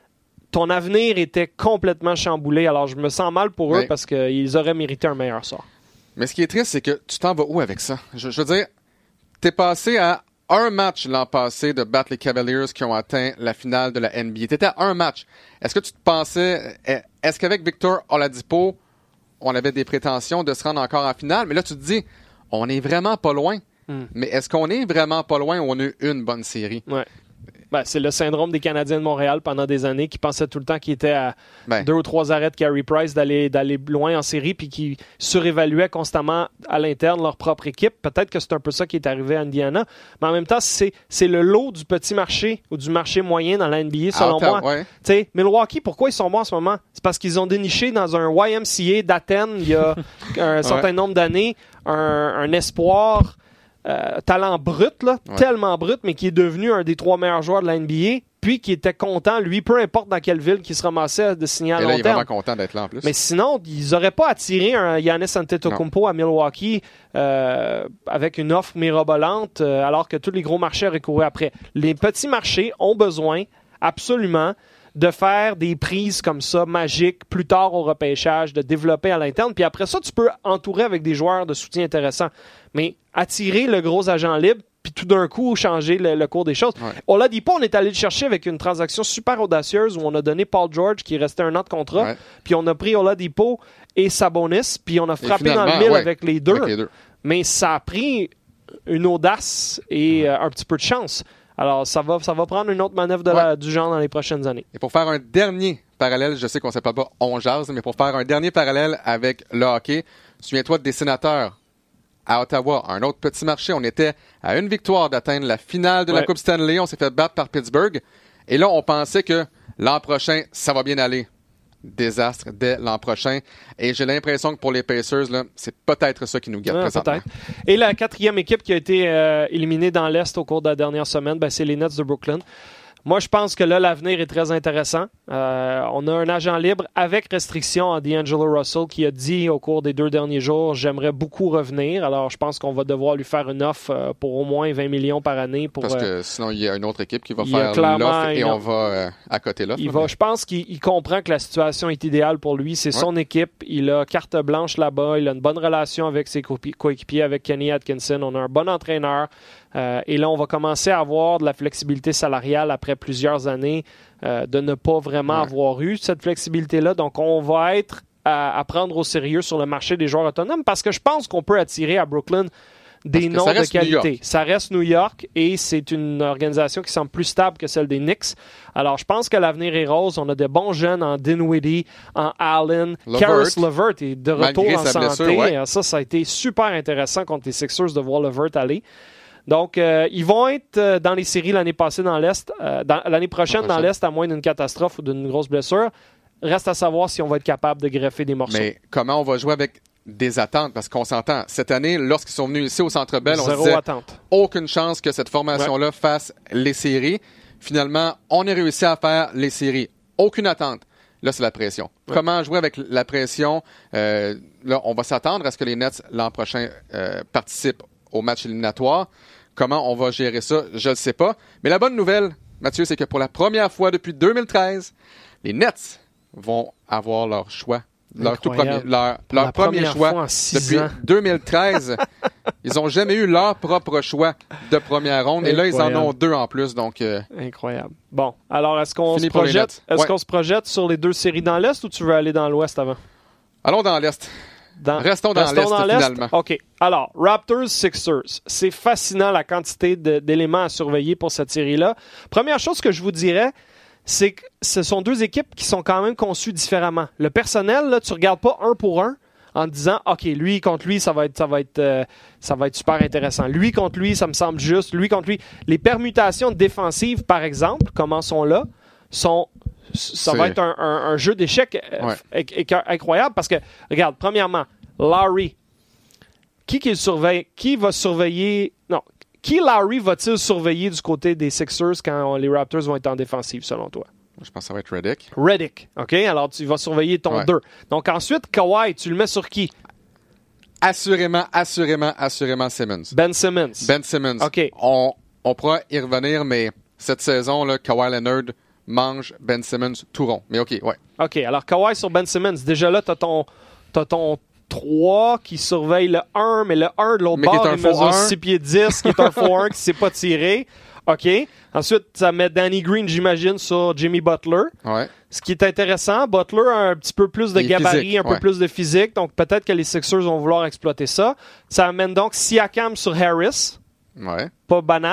ton avenir était complètement chamboulé. Alors, je me sens mal pour eux mais, parce qu'ils auraient mérité un meilleur sort. Mais ce qui est triste, c'est que tu t'en vas où avec ça? Je, je veux dire, t'es passé à un match l'an passé de battre les Cavaliers qui ont atteint la finale de la N B A. T'étais à un match. Est-ce que tu te pensais... Est-ce qu'avec Victor Oladipo, on avait des prétentions de se rendre encore en finale? Mais là, tu te dis, on est vraiment pas loin. Mm. Mais est-ce qu'on est vraiment pas loin ou on a eu une bonne série? Ouais. Ben, c'est le syndrome des Canadiens de Montréal pendant des années qui pensaient tout le temps qu'ils étaient à ben. deux ou trois arrêts de Carey Price d'aller, d'aller loin en série puis qui surévaluaient constamment à l'interne leur propre équipe. Peut-être que c'est un peu ça qui est arrivé à Indiana. Mais en même temps, c'est, c'est le lot du petit marché ou du marché moyen dans la N B A, selon ah, moi. Ouais. T'sais, Milwaukee, pourquoi ils sont bons en ce moment? C'est parce qu'ils ont déniché dans un Y M C A d'Athènes il y a un certain ouais. nombre d'années un, un espoir... Euh, talent brut, là, ouais. tellement brut, mais qui est devenu un des trois meilleurs joueurs de la N B A, puis qui était content, lui, peu importe dans quelle ville qu'il se ramassait de signer à long terme. Il est vraiment content d'être là en plus. Mais sinon, ils n'auraient pas attiré un Giannis Antetokounmpo à Milwaukee euh, avec une offre mirobolante, euh, alors que tous les gros marchés auraient couru après. Les petits marchés ont besoin, absolument, de faire des prises comme ça, magiques, plus tard au repêchage, de développer à l'interne. Puis après ça, tu peux entourer avec des joueurs de soutien intéressants. Mais attirer le gros agent libre, puis tout d'un coup, changer le, le cours des choses. Ouais. Oladipo, on est allé le chercher avec une transaction super audacieuse où on a donné Paul George, qui restait un an de contrat, ouais. puis on a pris Oladipo et Sabonis, puis on a frappé dans le mille ouais, avec les deux. Avec les deux. Mais ça a pris une audace et ouais. euh, un petit peu de chance. Alors, ça va, ça va prendre une autre manœuvre de la, ouais. du genre dans les prochaines années. Et pour faire un dernier parallèle, je sais qu'on ne s'appelle pas on jase, mais pour faire un dernier parallèle avec le hockey, souviens-toi des Sénateurs à Ottawa, un autre petit marché. On était à une victoire d'atteindre la finale de ouais. la Coupe Stanley. On s'est fait battre par Pittsburgh. Et là, on pensait que l'an prochain, ça va bien aller. Désastre dès l'an prochain. Et j'ai l'impression que pour les Pacers, là, c'est peut-être ça qui nous guette ouais, présentement. Peut-être. Et la quatrième équipe qui a été euh, éliminée dans l'Est au cours de la dernière semaine, ben, c'est les Nets de Brooklyn. Moi, je pense que là, l'avenir est très intéressant. Euh, on a un agent libre avec restriction à D'Angelo Russell qui a dit au cours des deux derniers jours « J'aimerais beaucoup revenir ». Alors, je pense qu'on va devoir lui faire une offre euh, pour au moins vingt millions par année. Pour, Parce que euh, sinon, il y a une autre équipe qui va faire l'offre et on va euh, à côté l'offre. Il va, je pense qu'il il comprend que la situation est idéale pour lui. C'est ouais. son équipe. Il a carte blanche là-bas. Il a une bonne relation avec ses coéquipiers, avec Kenny Atkinson. On a un bon entraîneur. Euh, et là, on va commencer à avoir de la flexibilité salariale après plusieurs années euh, de ne pas vraiment ouais. avoir eu cette flexibilité-là. Donc, on va être à, à prendre au sérieux sur le marché des joueurs autonomes parce que je pense qu'on peut attirer à Brooklyn des noms de qualité. Ça reste New York et c'est une organisation qui semble plus stable que celle des Knicks. Alors, je pense que l'avenir est rose. On a de bons jeunes en Dinwiddie, en Allen. Caris LeVert est de retour Malgré en santé. Blessure, ouais. Ça, ça a été super intéressant contre les Sixers de voir LeVert aller. Donc, euh, ils vont être euh, dans les séries l'année passée dans l'Est, euh, dans, l'année prochaine dans l'Est, à moins d'une catastrophe ou d'une grosse blessure. Reste à savoir si on va être capable de greffer des morceaux. Mais comment on va jouer avec des attentes? Parce qu'on s'entend, cette année, lorsqu'ils sont venus ici au Centre Bell, on Zéro se disait attente. Aucune chance que cette formation-là ouais. fasse les séries. Finalement, on a réussi à faire les séries. Aucune attente. Là, c'est la pression. Ouais. Comment jouer avec la pression? Euh, là, on va s'attendre à ce que les Nets, l'an prochain, euh, participent au match éliminatoire. Comment on va gérer ça, je ne le sais pas. Mais la bonne nouvelle, Mathieu, c'est que pour la première fois depuis deux mille treize, les Nets vont avoir leur choix. Leur, tout premier, leur, leur premier choix depuis ans. deux mille treize. Ils n'ont jamais eu leur propre choix de première ronde. Incroyable. Et là, ils en ont deux en plus. Donc, euh, Incroyable. Bon, alors est-ce qu'on, se projette, est-ce ouais. qu'on se projette sur les deux séries dans l'Est ou tu veux aller dans l'Ouest avant? Allons dans l'Est. Dans, Restons dans Restons l'Est, dans l'Est, finalement. OK. Alors, Raptors-Sixers. C'est fascinant la quantité de, d'éléments à surveiller pour cette série-là. Première chose que je vous dirais, c'est que ce sont deux équipes qui sont quand même conçues différemment. Le personnel, là, tu ne regardes pas un pour un en te disant, OK, lui contre lui, ça va être, ça va être, euh, ça va être super intéressant. Lui contre lui, ça me semble juste. Lui contre lui. Les permutations défensives, par exemple, commençons là, sont... Ça c'est... va être un, un, un jeu d'échecs ouais. incroyable parce que, regarde, premièrement, Larry, qui qu'il surveille, qui va surveiller, non, qui Larry va-t-il surveiller du côté des Sixers quand les Raptors vont être en défensive, selon toi? Je pense que ça va être Redick. Redick, OK? Alors, tu vas surveiller ton deux. Ouais. Donc, ensuite, Kawhi, tu le mets sur qui? Assurément, assurément, assurément Simmons. Ben Simmons. Ben Simmons. OK. On, on pourra y revenir, mais cette saison, là, Kawhi Leonard mange Ben Simmons tout rond. Mais OK, ouais. OK, alors Kawhi sur Ben Simmons. Déjà là, t'as ton, t'as ton trois qui surveille le un, mais le un de l'autre bord, il mesure six pieds dix, qui est un faux un qui ne s'est pas tiré. OK. Ensuite, ça met Danny Green, j'imagine, sur Jimmy Butler. Ouais. Ce qui est intéressant, Butler a un petit peu plus de gabarit, physique, un peu ouais. plus de physique, donc peut-être que les Sixers vont vouloir exploiter ça. Ça amène donc Siakam sur Harris. Ouais. Pas banal.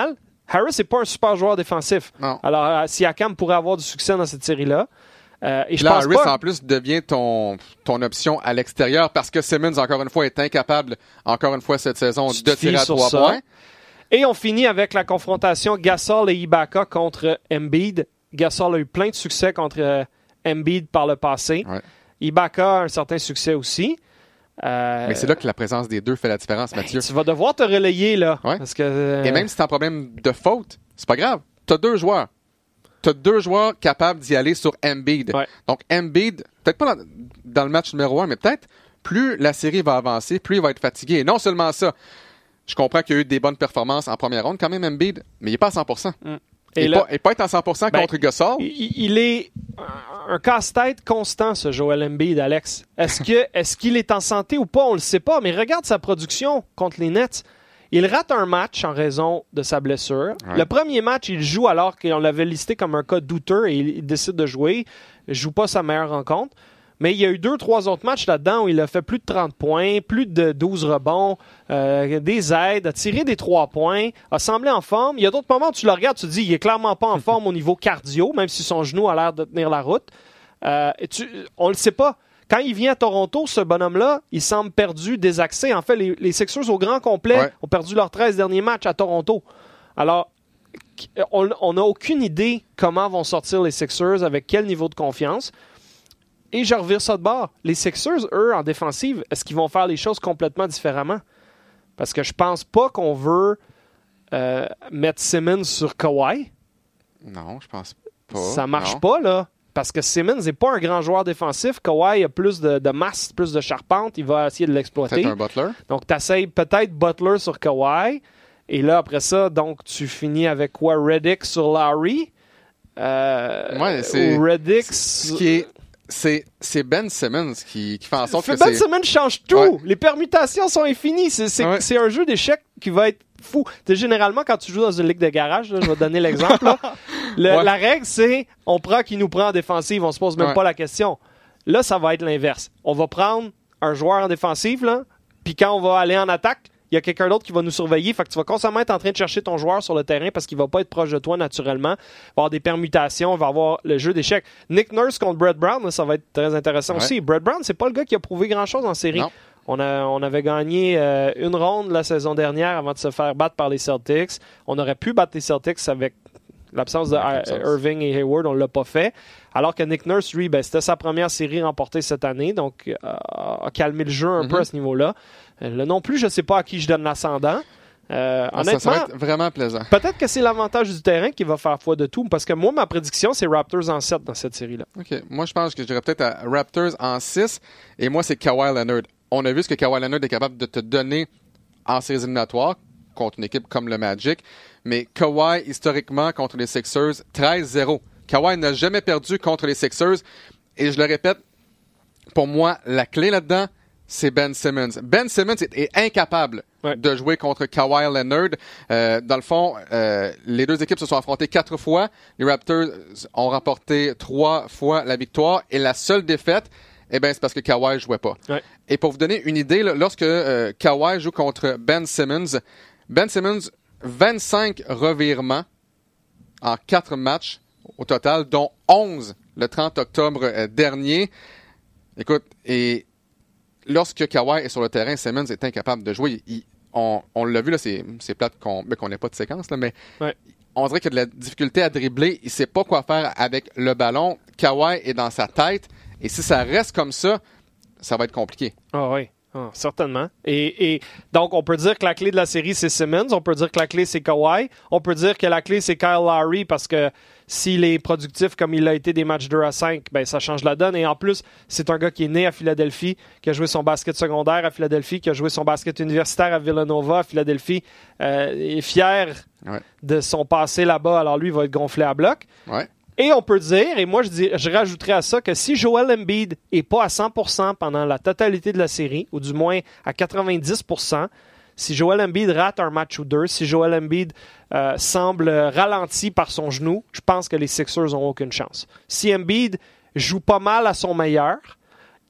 Harris n'est pas un super joueur défensif. Non. Alors, euh, Siakam pourrait avoir du succès dans cette série-là. Euh, et je là, pense Harris, pas... en plus, devient ton, ton option à l'extérieur parce que Simmons, encore une fois, est incapable, encore une fois, cette saison, Tu de te fies tirer à sur trois ça. points. Et on finit avec la confrontation Gasol et Ibaka contre Embiid. Gasol a eu plein de succès contre euh, Embiid par le passé. Ouais. Ibaka a un certain succès aussi. Euh, Mais c'est là que la présence des deux fait la différence, ben, Mathieu. tu vas devoir te relayer, là. Ouais. Parce que, euh, Et même si t'as un problème de faute, c'est pas grave. T'as deux joueurs. T'as deux joueurs capables d'y aller sur Embiid. Ouais. Donc, Embiid, peut-être pas dans, dans le match numéro un, mais peut-être plus la série va avancer, plus il va être fatigué. Et non seulement ça, je comprends qu'il y a eu des bonnes performances en première ronde, quand même, Embiid, mais il n'est pas à cent pour cent. Mm. Et, Et, là, pas, et pas être à cent pour cent ben, contre Gasol. il, il est un, un casse-tête constant, ce Joel Embiid, Alex. Est-ce que est-ce qu'il est en santé ou pas? On le sait pas, mais regarde sa production contre les Nets. Il rate un match en raison de sa blessure. Ouais. Le premier match, il joue alors qu'on l'avait listé comme un cas douteux et il, il décide de jouer. Il joue pas sa meilleure rencontre. Mais il y a eu deux, trois autres matchs là-dedans où il a fait plus de trente points, plus de douze rebonds, euh, des aides, a tiré des trois points, a semblé en forme. Il y a d'autres moments où tu le regardes, tu te dis il est clairement pas en forme au niveau cardio, même si son genou a l'air de tenir la route. Euh, et tu, on le sait pas. Quand il vient à Toronto, ce bonhomme-là, il semble perdu, désaxé. En fait, les, les Sixers au grand complet Ouais. ont perdu leurs treize derniers matchs à Toronto. Alors, on n'a aucune idée comment vont sortir les Sixers, avec quel niveau de confiance. Et je revire ça de bord. Les Sixers, eux, en défensive, est-ce qu'ils vont faire les choses complètement différemment? Parce que je pense pas qu'on veut euh, mettre Simmons sur Kawhi. Non, je pense pas. Ça marche non. pas, là. Parce que Simmons n'est pas un grand joueur défensif. Kawhi a plus de, de masse, plus de charpente. Il va essayer de l'exploiter. Peut-être un Butler. Donc, tu essayes peut-être Butler sur Kawhi. Et là, après ça, donc, tu finis avec quoi? Redick sur Lowry? Euh, Ouais, c'est- ou Redick... Ce qui est, c'est, c'est Ben Simmons qui, qui fait en sorte que Ben c'est... Simmons change tout. Ouais. Les permutations sont infinies. C'est, c'est, Ouais. c'est un jeu d'échecs qui va être fou. T'sais, généralement, quand tu joues dans une ligue de garage, là, je vais te donner l'exemple. là, le- Ouais. La règle, c'est on prend qui nous prend en défensive. On se pose même Ouais. pas la question. Là, ça va être l'inverse. On va prendre un joueur en défensive, là, puis quand on va aller en attaque, il y a quelqu'un d'autre qui va nous surveiller. Fait que tu vas constamment être en train de chercher ton joueur sur le terrain parce qu'il va pas être proche de toi naturellement. Il va y avoir des permutations, il va y avoir le jeu d'échecs. Nick Nurse contre Brett Brown, là, ça va être très intéressant Ouais. aussi. Brett Brown, c'est pas le gars qui a prouvé grand-chose en série. Non. On, a, on avait gagné euh, une ronde la saison dernière avant de se faire battre par les Celtics. On aurait pu battre les Celtics avec l'absence de Avec Ir- l'absence. Irving et Hayward. On l'a pas fait. Alors que Nick Nurse, lui, ben, c'était sa première série remportée cette année. Donc, euh, a calmé le jeu un Mhm. peu à ce niveau-là. Euh, Là non plus, je sais pas à qui je donne l'ascendant. Euh, Ah, ça, honnêtement, ça va être vraiment plaisant. peut-être que c'est l'avantage du terrain qui va faire foi de tout. Parce que moi, ma prédiction, c'est Raptors en sept dans cette série-là. OK. Moi, je pense que je dirais peut-être à Raptors en six. Et moi, c'est Kawhi Leonard. On a vu ce que Kawhi Leonard est capable de te donner en séries éliminatoires contre une équipe comme le Magic. Mais Kawhi, historiquement, contre les Sixers, treize zéro. Kawhi n'a jamais perdu contre les Sixers. Et je le répète, pour moi, la clé là-dedans, c'est Ben Simmons. Ben Simmons est, est incapable Ouais. de jouer contre Kawhi Leonard. Euh, dans le fond, euh, les deux équipes se sont affrontées quatre fois. Les Raptors ont remporté trois fois la victoire. Et la seule défaite, eh ben, c'est parce que Kawhi jouait pas. Ouais. Et pour vous donner une idée, là, lorsque euh, Kawhi joue contre Ben Simmons, Ben Simmons, vingt-cinq revirements en quatre matchs au total, dont onze le trente octobre euh, dernier. Écoute, et lorsque Kawhi est sur le terrain, Simmons est incapable de jouer. Il- on on l'a vu, là, c'est, c'est plate qu'on ben, qu'on n'ait pas de séquence, là, mais Ouais. on dirait qu'il y a de la difficulté à dribbler. Il ne sait pas quoi faire avec le ballon. Kawhi est dans sa tête. Et si ça reste comme ça, ça va être compliqué. Ah oui, ah, certainement. Et, et donc, on peut dire que la clé de la série, c'est Simmons. On peut dire que la clé, c'est Kawhi. On peut dire que la clé, c'est Kyle Lowry parce que s'il est productif comme il a été des matchs deux à cinq, ben, ça change la donne. Et en plus, c'est un gars qui est né à Philadelphie, qui a joué son basket secondaire à Philadelphie, qui a joué son basket universitaire à Villanova, à Philadelphie. Euh, il est fier Ouais. de son passé là-bas. Alors lui, il va être gonflé à bloc. Ouais. Et on peut dire, et moi je, dis, je rajouterais à ça que si Joel Embiid est pas à cent pour cent pendant la totalité de la série, ou du moins à quatre-vingt-dix pour cent, si Joel Embiid rate un match ou deux, si Joel Embiid euh, semble ralenti par son genou, je pense que les Sixers n'ont aucune chance. Si Embiid joue pas mal à son meilleur,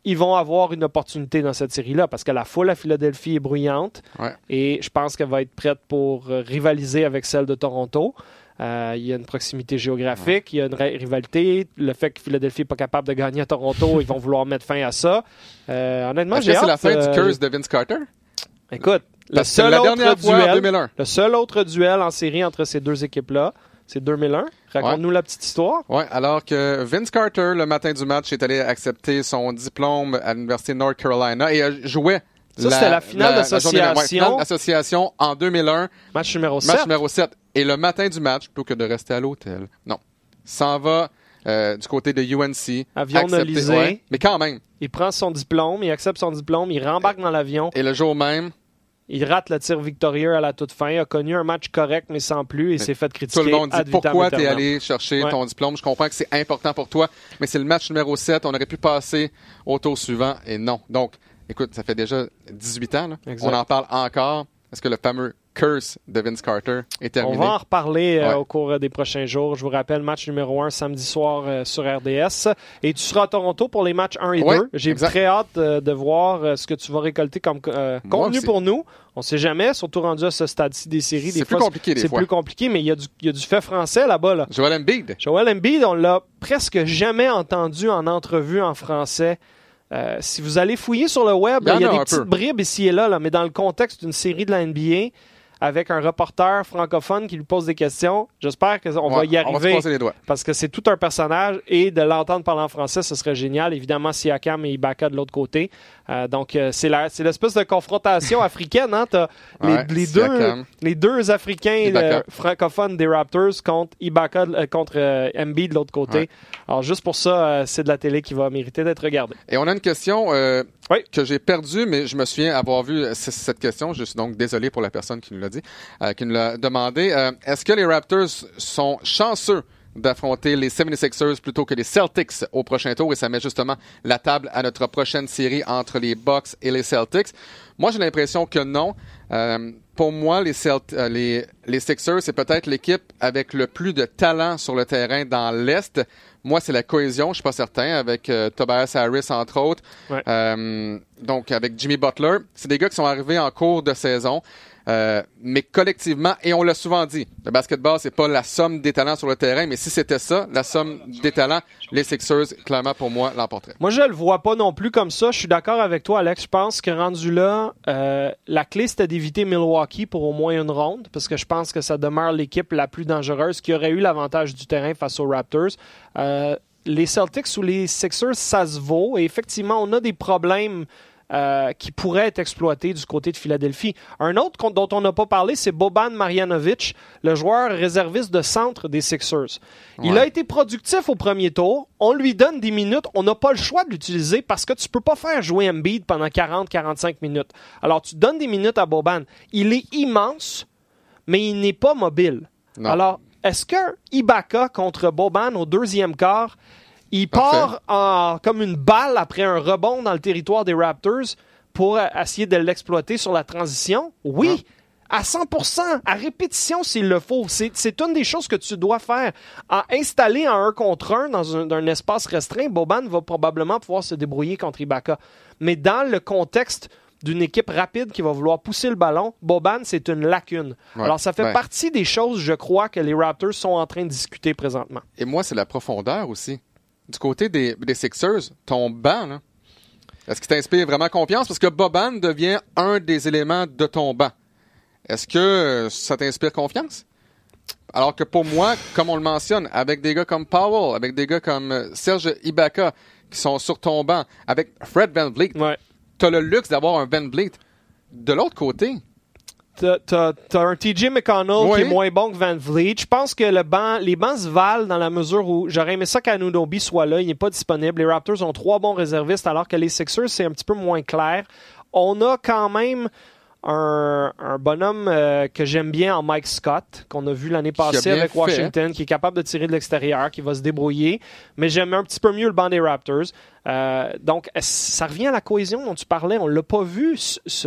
ils vont avoir une opportunité dans cette série-là parce que la foule à Philadelphie est bruyante Ouais. et je pense qu'elle va être prête pour euh, rivaliser avec celle de Toronto. Euh, il y a une proximité géographique, ouais. il y a une ri- rivalité. Le fait que Philadelphie n'est pas capable de gagner à Toronto, ils vont vouloir mettre fin à ça. Euh, honnêtement, Est-ce j'ai que c'est hâte, la fin euh, du curse de Vince Carter? Écoute, le Parce que seul, la autre dernière fois, en duel, deux mille un. le seul autre duel en série entre ces deux équipes-là, c'est deux mille un. Raconte-nous ouais. la petite histoire. Oui, alors que Vince Carter, le matin du match, est allé accepter son diplôme à l'Université de North Carolina et euh, jouait. Ça, c'était la finale la, d'association. La ouais, finale d'association en deux mille un. Match numéro sept. Match numéro sept. Et le matin du match, plutôt que de rester à l'hôtel, non, s'en va euh, du côté de U N C. Avion accepter, nolisé. Ouais, mais quand même. Il prend son diplôme, il accepte son diplôme, il rembarque dans l'avion. Et le jour même... Il rate le tir victorieux à la toute fin. Il a connu un match correct, mais sans plus, et s'est fait critiquer. Tout le monde dit pourquoi tu es allé chercher ouais. ton diplôme. Je comprends que c'est important pour toi, mais c'est le match numéro sept. On aurait pu passer au tour suivant, et non. Donc, écoute, ça fait déjà dix-huit ans. Là. On en parle encore. Est-ce que le fameux curse de Vince Carter est terminé? On va en reparler euh, ouais. au cours des prochains jours. Je vous rappelle, match numéro un samedi soir euh, sur R D S. Et tu seras à Toronto pour les matchs un et ouais, deux. J'ai exact. très hâte euh, de voir euh, ce que tu vas récolter comme euh, contenu pour nous. On ne sait jamais, surtout rendu à ce stade-ci des séries. C'est des plus fois, compliqué des c'est fois. plus compliqué, mais il y, a du, il y a du fait français là-bas. Là. Joel Embiid. Joel Embiid, on l'a presque jamais entendu en entrevue en français. Euh, si vous allez fouiller sur le web, il y, là, il y a des petites peu. bribes ici et là, là, mais dans le contexte d'une série de la N B A, avec un reporter francophone qui lui pose des questions. J'espère qu'on ouais, va y arriver. On va se passer les doigts. Parce que c'est tout un personnage et de l'entendre parler en français, ce serait génial. Évidemment, Siakam et Ibaka de l'autre côté. Euh, donc, euh, c'est, la, c'est l'espèce de confrontation africaine. Hein? T'as ouais, les, les, deux, les deux Africains euh, francophones des Raptors contre Ibaka, euh, contre euh, Embiid de l'autre côté. Ouais. Alors, juste pour ça, euh, c'est de la télé qui va mériter d'être regardée. Et on a une question euh, oui. que j'ai perdue, mais je me souviens avoir vu c- cette question. Je suis donc désolé pour la personne qui nous l'a dit, euh, qui nous l'a demandé. Euh, est-ce que les Raptors sont chanceux d'affronter les seventy-sixers plutôt que les Celtics au prochain tour, et ça met justement la table à notre prochaine série entre les Bucks et les Celtics. Moi, j'ai l'impression que non. Euh, pour moi, les, Celt- euh, les, les Sixers, c'est peut-être l'équipe avec le plus de talent sur le terrain dans l'Est. Moi, c'est la cohésion, je suis pas certain, avec euh, Tobias Harris, entre autres. Ouais. Euh, donc, avec Jimmy Butler. C'est des gars qui sont arrivés en cours de saison. Euh, mais collectivement, et on l'a souvent dit, le basketball, c'est pas la somme des talents sur le terrain, mais si c'était ça, la somme des talents, les Sixers, clairement, pour moi, l'emporteraient. Moi, je le vois pas non plus comme ça. Je suis d'accord avec toi, Alex. Je pense que rendu là, euh, la clé, c'était d'éviter Milwaukee pour au moins une ronde, parce que je pense que ça demeure l'équipe la plus dangereuse qui aurait eu l'avantage du terrain face aux Raptors. Euh, les Celtics ou les Sixers, ça se vaut. Et effectivement, on a des problèmes Euh, qui pourrait être exploité du côté de Philadelphie. Un autre dont on n'a pas parlé, c'est Boban Marjanovic, le joueur réserviste de centre des Sixers. Ouais. Il a été productif au premier tour. On lui donne des minutes. On n'a pas le choix de l'utiliser parce que tu peux pas faire jouer Embiid pendant quarante à quarante-cinq minutes. Alors, tu donnes des minutes à Boban. Il est immense, mais il n'est pas mobile. Non. Alors, est-ce que Ibaka contre Boban au deuxième quart, il part en, comme une balle après un rebond dans le territoire des Raptors pour essayer de l'exploiter sur la transition? Oui, hum. à cent pour cent, à répétition s'il le faut. C'est, c'est une des choses que tu dois faire. En installer en un contre un dans un, un espace restreint, Boban va probablement pouvoir se débrouiller contre Ibaka. Mais dans le contexte d'une équipe rapide qui va vouloir pousser le ballon, Boban, c'est une lacune. Ouais, Alors, ça fait ouais. partie des choses, je crois, que les Raptors sont en train de discuter présentement. Et moi, c'est la profondeur aussi. Du côté des, des Sixers, ton banc, là, est-ce qu'il t'inspire vraiment confiance? Parce que Boban devient un des éléments de ton banc. Est-ce que ça t'inspire confiance? Alors que pour moi, comme on le mentionne, avec des gars comme Powell, avec des gars comme Serge Ibaka qui sont sur ton banc, avec Fred VanVleet, ouais. tu as le luxe d'avoir un VanVleet. De l'autre côté, T'as, t'as, t'as un T J McConnell oui. qui est moins bon que VanVleet. Je pense que le banc, les bancs se valent dans la mesure où j'aurais aimé ça qu'Anunoby soit là. Il n'est pas disponible. Les Raptors ont trois bons réservistes alors que les Sixers, c'est un petit peu moins clair. On a quand même un, un bonhomme euh, que j'aime bien en Mike Scott, qu'on a vu l'année passée avec fait. Washington, qui est capable de tirer de l'extérieur, qui va se débrouiller. Mais j'aime un petit peu mieux le banc des Raptors. Euh, donc, ça revient à la cohésion dont tu parlais. On ne l'a pas vu, ce...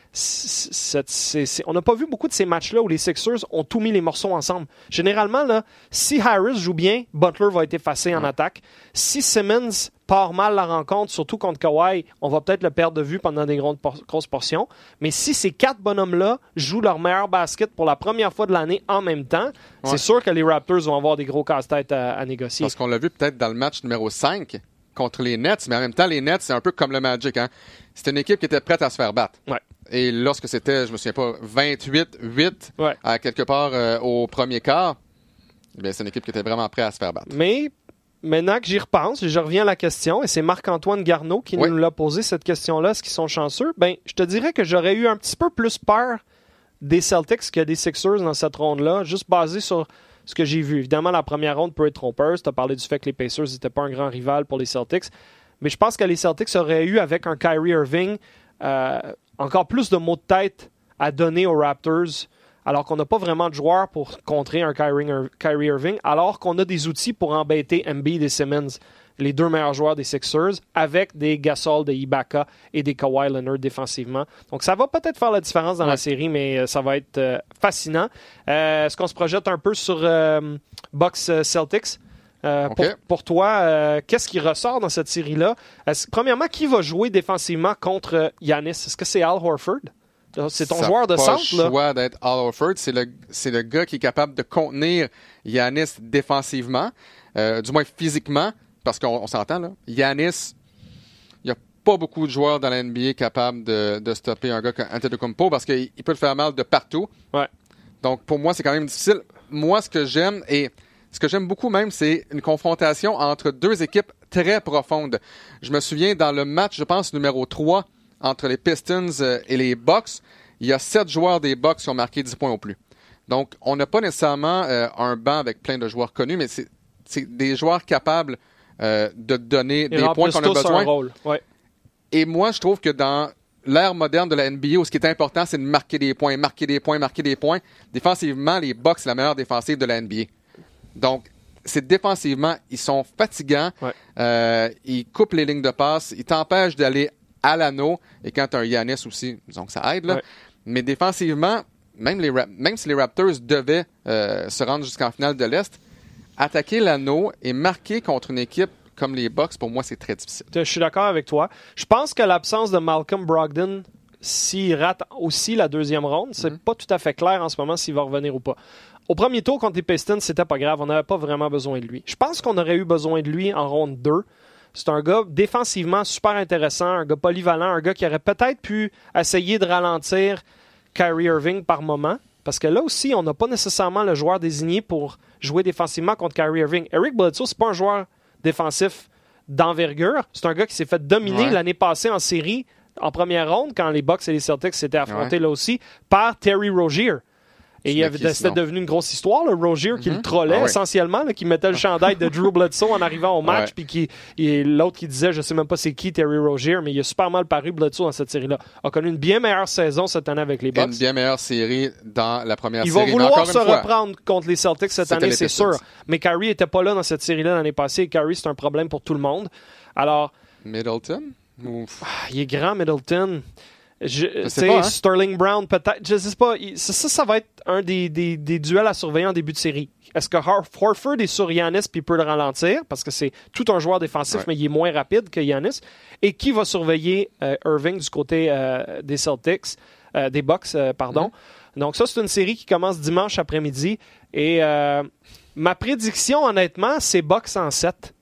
c'est, c'est, c'est, on n'a pas vu beaucoup de ces matchs-là où les Sixers ont tout mis les morceaux ensemble. Généralement, là, si Harris joue bien, Butler va être effacé en ouais. attaque. Si Simmons part mal la rencontre, surtout contre Kawhi, on va peut-être le perdre de vue pendant des grandes por- grosses portions. Mais si ces quatre bonhommes-là jouent leur meilleur basket pour la première fois de l'année en même temps, ouais. c'est sûr que les Raptors vont avoir des gros casse-têtes à, à négocier. Parce qu'on l'a vu peut-être dans le match numéro cinq contre les Nets, mais en même temps, les Nets, c'est un peu comme le Magic. Hein? C'est une équipe qui était prête à se faire battre. Ouais. Et lorsque c'était, je me souviens pas, vingt-huit huit ouais. à quelque part euh, au premier quart, bien, c'est une équipe qui était vraiment prête à se faire battre. Mais maintenant que j'y repense, je reviens à la question, et c'est Marc-Antoine Garneau qui oui. nous l'a posé cette question-là, est-ce qu'ils sont chanceux? Ben, je te dirais que j'aurais eu un petit peu plus peur des Celtics que des Sixers dans cette ronde-là, juste basé sur ce que j'ai vu. Évidemment, la première ronde peut être trompeuse. Tu as parlé du fait que les Pacers n'étaient pas un grand rival pour les Celtics. Mais je pense que les Celtics auraient eu, avec un Kyrie Irving, euh, encore plus de mots de tête à donner aux Raptors, alors qu'on n'a pas vraiment de joueurs pour contrer un Kyrie Irving, alors qu'on a des outils pour embêter Embiid et Simmons, les deux meilleurs joueurs des Sixers, avec des Gasol, des Ibaka et des Kawhi Leonard défensivement. Donc ça va peut-être faire la différence dans ouais. la série, mais ça va être euh, fascinant. Euh, est-ce qu'on se projette un peu sur euh, Bucks-Celtics? Euh, okay. pour, pour toi, euh, qu'est-ce qui ressort dans cette série-là? Est-ce, premièrement, qui va jouer défensivement contre Giannis? Est-ce que c'est Al Horford? C'est ton ça joueur de centre, là? C'est pas le choix d'être Al Horford. C'est le, c'est le gars qui est capable de contenir Giannis défensivement, euh, du moins physiquement, parce qu'on on s'entend, là. Giannis, il n'y a pas beaucoup de joueurs dans la N B A capables de, de stopper un gars comme Antetokounmpo parce qu'il peut le faire mal de partout. Ouais. Donc, pour moi, c'est quand même difficile. Moi, ce que j'aime, et ce que j'aime beaucoup même, c'est une confrontation entre deux équipes très profondes. Je me souviens, dans le match, je pense, numéro trois, entre les Pistons et les Bucks, il y a sept joueurs des Bucks qui ont marqué dix points au plus. Donc, on n'a pas nécessairement euh, un banc avec plein de joueurs connus, mais c'est, c'est des joueurs capables euh, de donner Ils des points qu'on a besoin. Un rôle. Ouais. Et moi, je trouve que dans l'ère moderne de la N B A, où ce qui est important, c'est de marquer des points, marquer des points, marquer des points. Défensivement, les Bucks, c'est la meilleure défensive de la N B A. Donc, c'est défensivement, ils sont fatigants. Ouais. Euh, ils coupent les lignes de passe. Ils t'empêchent d'aller à l'anneau. Et quand tu as un Giannis aussi, disons que ça aide. Là. Ouais. Mais défensivement, même, les, même si les Raptors devaient euh, se rendre jusqu'en finale de l'Est, attaquer l'anneau et marquer contre une équipe comme les Bucks, pour moi, c'est très difficile. Je suis d'accord avec toi. Je pense que l'absence de Malcolm Brogdon, s'il rate aussi la deuxième ronde, c'est mm-hmm. pas tout à fait clair en ce moment s'il va revenir ou pas. Au premier tour, contre les Pistons, c'était pas grave. On n'avait pas vraiment besoin de lui. Je pense qu'on aurait eu besoin de lui en ronde deux. C'est un gars défensivement super intéressant, un gars polyvalent, un gars qui aurait peut-être pu essayer de ralentir Kyrie Irving par moment. Parce que là aussi, on n'a pas nécessairement le joueur désigné pour jouer défensivement contre Kyrie Irving. Eric Bledsoe, c'est pas un joueur défensif d'envergure. C'est un gars qui s'est fait dominer ouais. l'année passée en série, en première ronde, quand les Bucks et les Celtics s'étaient affrontés ouais. là aussi, par Terry Rozier. Et il avait, c'était devenu une grosse histoire, le Rozier, mm-hmm. qui le trollait ah ouais. essentiellement, là, qui mettait le chandail de Drew Bledsoe en arrivant au match, puis qui et l'autre qui disait, je sais même pas c'est qui Terry Rozier, mais il a super mal paru Bledsoe dans cette série-là. A connu une bien meilleure saison cette année avec les Bucks. Une bien meilleure série dans la première il série. Il va vouloir se reprendre contre les Celtics cette C'était année, c'est sûr. Mais Kyrie était pas là dans cette série-là l'année passée, et Kyrie, c'est un problème pour tout le monde. Alors... Middleton? Ouf. Il est grand, Middleton. Je, je sais pas, hein? Sterling Brown, peut-être. Je sais pas. Ça, ça, ça va être un des, des, des duels à surveiller en début de série. Est-ce que Horford est sur Giannis puis peut le ralentir? Parce que c'est tout un joueur défensif, ouais. mais il est moins rapide que Giannis. Et qui va surveiller euh, Irving du côté euh, des Celtics, euh, des Bucks, euh, pardon. Mm-hmm. Donc ça, c'est une série qui commence dimanche après-midi. Et euh, ma prédiction, honnêtement, c'est Bucks en sept.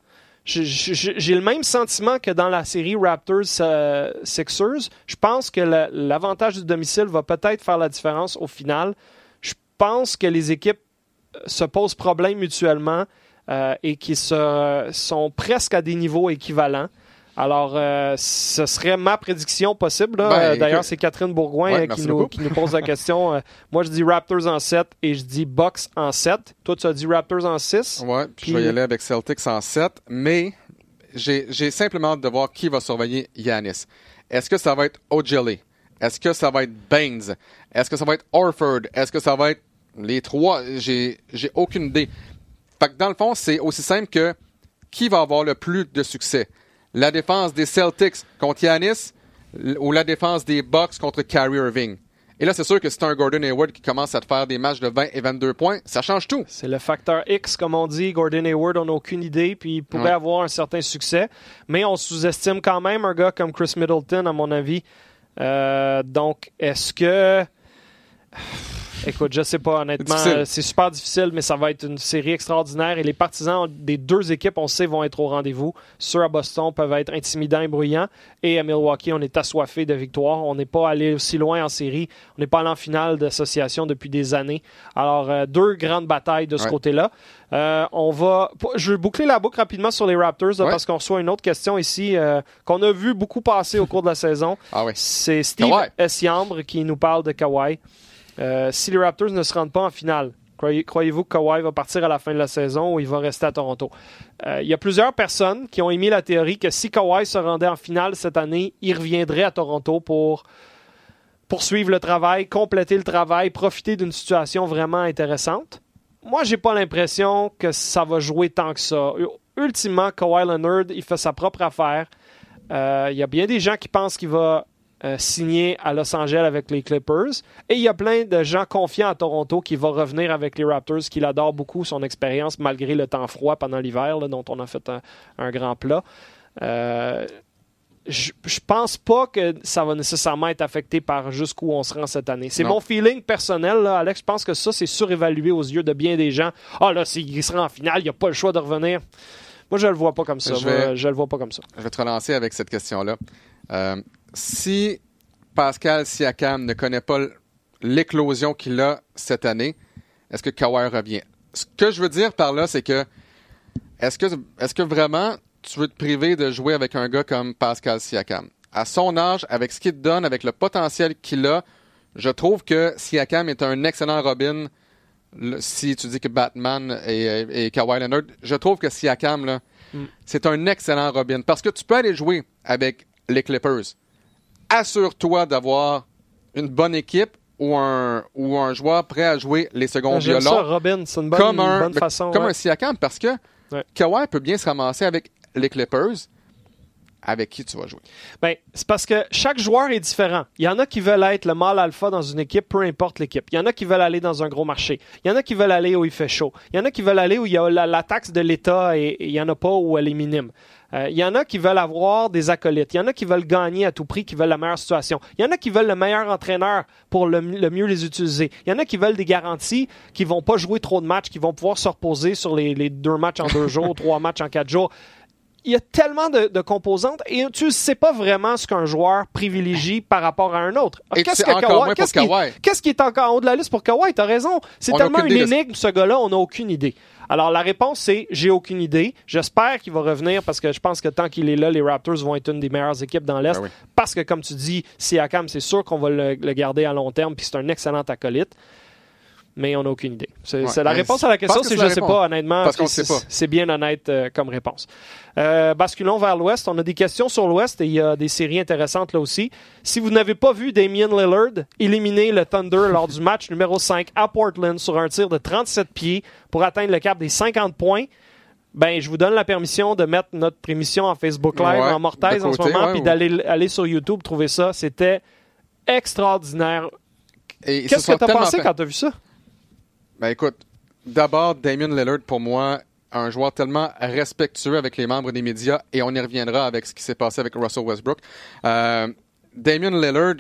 J'ai le même sentiment que dans la série Raptors-Sixers. Euh, je pense que la, l'avantage du domicile va peut-être faire la différence au final. Je pense que les équipes se posent problème mutuellement euh, et qui se, sont presque à des niveaux équivalents. Alors, euh, ce serait ma prédiction possible. Là. Ben, D'ailleurs, c'est Catherine Bourgoin ouais, qui, nous, qui nous pose la question. Euh, moi, je dis Raptors en sept et je dis Bucks en sept. Toi, tu as dit Raptors en six. Oui, puis puis... je vais y aller avec Celtics en sept. Mais j'ai, j'ai simplement hâte de voir qui va surveiller Giannis. Est-ce que ça va être O'Gilly? Est-ce que ça va être Baines? Est-ce que ça va être Horford? Est-ce que ça va être les trois? J'ai, j'ai aucune idée. Fait que dans le fond, c'est aussi simple que qui va avoir le plus de succès? La défense des Celtics contre Giannis, ou la défense des Bucks contre Kyrie Irving. Et là, c'est sûr que c'est un Gordon Hayward qui commence à te faire des matchs de vingt et vingt-deux points. Ça change tout. C'est le facteur X, comme on dit. Gordon Hayward, on n'a aucune idée, puis il pourrait ouais. avoir un certain succès. Mais on sous-estime quand même un gars comme Chris Middleton, à mon avis. Euh, donc, est-ce que... Écoute, je sais pas, honnêtement, c'est, c'est super difficile, mais ça va être une série extraordinaire et les partisans des deux équipes, on sait, vont être au rendez-vous. Ceux à Boston peuvent être intimidants et bruyants et à Milwaukee, on est assoiffé de victoire. On n'est pas allé aussi loin en série. On n'est pas allé en finale d'association depuis des années. Alors, euh, deux grandes batailles de ce ouais. côté-là. Euh, on va... Je vais boucler la boucle rapidement sur les Raptors là, ouais. parce qu'on reçoit une autre question ici euh, qu'on a vu beaucoup passer au cours de la saison. Ah ouais. C'est Steve Essiambre qui nous parle de Kawhi. Euh, si les Raptors ne se rendent pas en finale, croyez, croyez-vous que Kawhi va partir à la fin de la saison ou il va rester à Toronto? Euh, il y a plusieurs personnes qui ont émis la théorie que si Kawhi se rendait en finale cette année, il reviendrait à Toronto pour poursuivre le travail, compléter le travail, profiter d'une situation vraiment intéressante. Moi, j'ai pas l'impression que ça va jouer tant que ça. Ultimement, Kawhi Leonard, il fait sa propre affaire. Euh, il y a bien des gens qui pensent qu'il va Euh, signé à Los Angeles avec les Clippers. Et il y a plein de gens confiants à Toronto qui vont revenir avec les Raptors, qui l'adorent beaucoup, son expérience, malgré le temps froid pendant l'hiver, là, dont on a fait un, un grand plat. Euh, je, je pense pas que ça va nécessairement être affecté par jusqu'où on se rend cette année. C'est non. mon feeling personnel, là, Alex. Je pense que ça, c'est surévalué aux yeux de bien des gens. Ah là, s'il sera en finale, il n'y a pas le choix de revenir. Moi, je le vois pas comme ça. Je, vais, Moi, je le vois pas comme ça. Je vais te relancer avec cette question-là. Euh, si Pascal Siakam ne connaît pas l'éclosion qu'il a cette année, est-ce que Kawhi revient? Ce que je veux dire par là, c'est que est-ce que, est-ce que vraiment tu veux te priver de jouer avec un gars comme Pascal Siakam? À son âge, avec ce qu'il te donne, avec le potentiel qu'il a, je trouve que Siakam est un excellent Robin. Si tu dis que Batman et, et Kawhi Leonard, je trouve que Siakam, là, mm. c'est un excellent Robin. Parce que tu peux aller jouer avec les Clippers. Assure-toi d'avoir une bonne équipe ou un, ou un joueur prêt à jouer les seconds violons. J'aime ça, Robin, c'est une bonne, comme un, une bonne façon. Comme ouais. un Siakam, parce que ouais. Kawhi peut bien se ramasser avec les Clippers. Avec qui tu vas jouer? Ben, c'est parce que chaque joueur est différent. Il y en a qui veulent être le mâle alpha dans une équipe, peu importe l'équipe. Il y en a qui veulent aller dans un gros marché. Il y en a qui veulent aller où il fait chaud. Il y en a qui veulent aller où il y a la, la taxe de l'État et, et il n'y en a pas où elle est minime. Euh, il y en a qui veulent avoir des acolytes. Il y en a qui veulent gagner à tout prix, qui veulent la meilleure situation. Il y en a qui veulent le meilleur entraîneur pour le, le mieux les utiliser. Il y en a qui veulent des garanties, qui vont pas jouer trop de matchs, qui vont pouvoir se reposer sur les, les deux matchs en deux jours, trois matchs en quatre jours. Il y a tellement de, de composantes et tu ne sais pas vraiment ce qu'un joueur privilégie par rapport à un autre. Et qu'est-ce, que Kawhi, qu'est-ce, qui, qu'est-ce qui est encore en haut de la liste pour Kawhi? Tu as raison. C'est on tellement une énigme, ce gars-là, on n'a aucune idée. Alors, la réponse, c'est j'ai aucune idée. J'espère qu'il va revenir parce que je pense que tant qu'il est là, les Raptors vont être une des meilleures équipes dans l'Est. Ben oui. Parce que, comme tu dis, Siakam, c'est sûr qu'on va le, le garder à long terme puis c'est un excellent acolyte. Mais on n'a aucune idée. C'est, ouais, c'est la réponse à la question, c'est, c'est je ne sais pas, honnêtement. Parce qu'on sait pas. C'est bien honnête euh, comme réponse. Euh, basculons vers l'Ouest. On a des questions sur l'Ouest et il y a des séries intéressantes là aussi. Si vous n'avez pas vu Damian Lillard éliminer le Thunder lors du match numéro cinq à Portland sur un tir de trente-sept pieds pour atteindre le cap des cinquante points, ben, je vous donne la permission de mettre notre émission en Facebook Live ouais, en mortaise en ce moment ouais, puis ouais. d'aller aller sur YouTube trouver ça. C'était extraordinaire. Et Qu'est-ce que tu as pensé fait... quand tu as vu ça? Ben écoute, d'abord, Damian Lillard, pour moi, un joueur tellement respectueux avec les membres des médias, et on y reviendra avec ce qui s'est passé avec Russell Westbrook. Euh, Damian Lillard,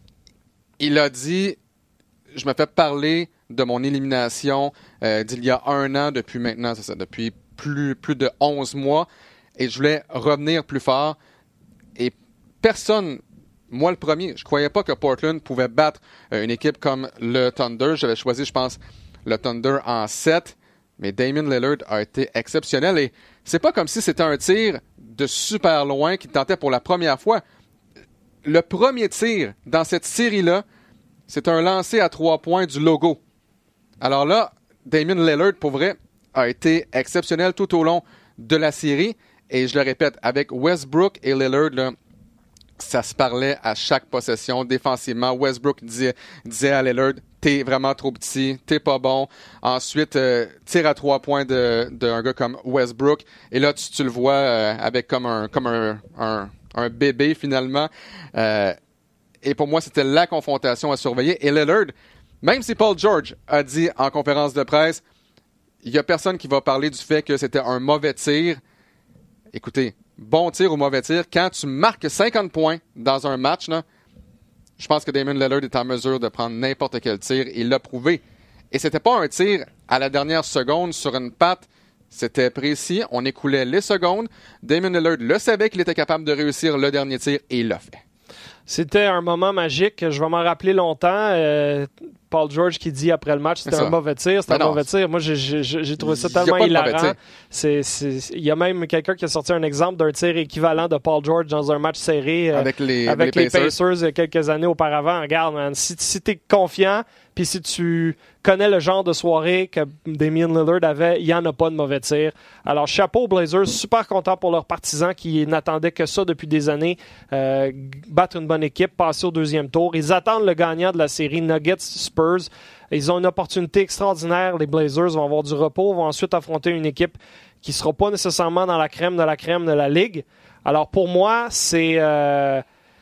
il a dit, je me fais parler de mon élimination euh, d'il y a un an, depuis maintenant, c'est ça, depuis plus, plus de onze mois, et je voulais revenir plus fort, et personne... Moi, le premier, je croyais pas que Portland pouvait battre euh, une équipe comme le Thunder. J'avais choisi, je pense, le Thunder en sept, mais Damian Lillard a été exceptionnel et c'est pas comme si c'était un tir de super loin qu'il tentait pour la première fois. Le premier tir dans cette série-là, c'est un lancer à trois points du logo. Alors là, Damian Lillard, pour vrai, a été exceptionnel tout au long de la série et je le répète, avec Westbrook et Lillard, là, ça se parlait à chaque possession. Défensivement, Westbrook disait, disait à Lillard, t'es vraiment trop petit, t'es pas bon. Ensuite, euh, tir à trois points de, d'un gars comme Westbrook. Et là, tu, tu le vois euh, avec comme un comme un, un, un bébé finalement. Euh, et pour moi, c'était la confrontation à surveiller. Et Lillard, même si Paul George a dit en conférence de presse, il n'y a personne qui va parler du fait que c'était un mauvais tir. Écoutez, bon tir ou mauvais tir, quand tu marques cinquante points dans un match, là, je pense que Damian Lillard est en mesure de prendre n'importe quel tir. Il l'a prouvé. Et c'était pas un tir à la dernière seconde sur une patte. C'était précis. On écoulait les secondes. Damian Lillard le savait qu'il était capable de réussir le dernier tir et il l'a fait. C'était un moment magique. Je vais m'en rappeler longtemps. Euh, Paul George qui dit après le match c'était un mauvais tir. C'était un mauvais tir. Moi, j'ai, j'ai, j'ai trouvé ça tellement hilarant. C'est, c'est, il y a même quelqu'un qui a sorti un exemple d'un tir équivalent de Paul George dans un match serré euh, avec les, avec les, les Pacers. Pacers quelques années auparavant. Regarde, man, si, si tu es confiant puis si tu connais le genre de soirée que Damian Lillard avait, il n'y en a pas de mauvais tir. Alors, chapeau aux Blazers. Super content pour leurs partisans qui n'attendaient que ça depuis des années. Euh, battre une bonne équipe, passer au deuxième tour. Ils attendent le gagnant de la série Nuggets-Spurs. Ils ont une opportunité extraordinaire. Les Blazers vont avoir du repos, vont ensuite affronter une équipe qui ne sera pas nécessairement dans la crème de la crème de la Ligue. Alors, pour moi, c'est... Euh,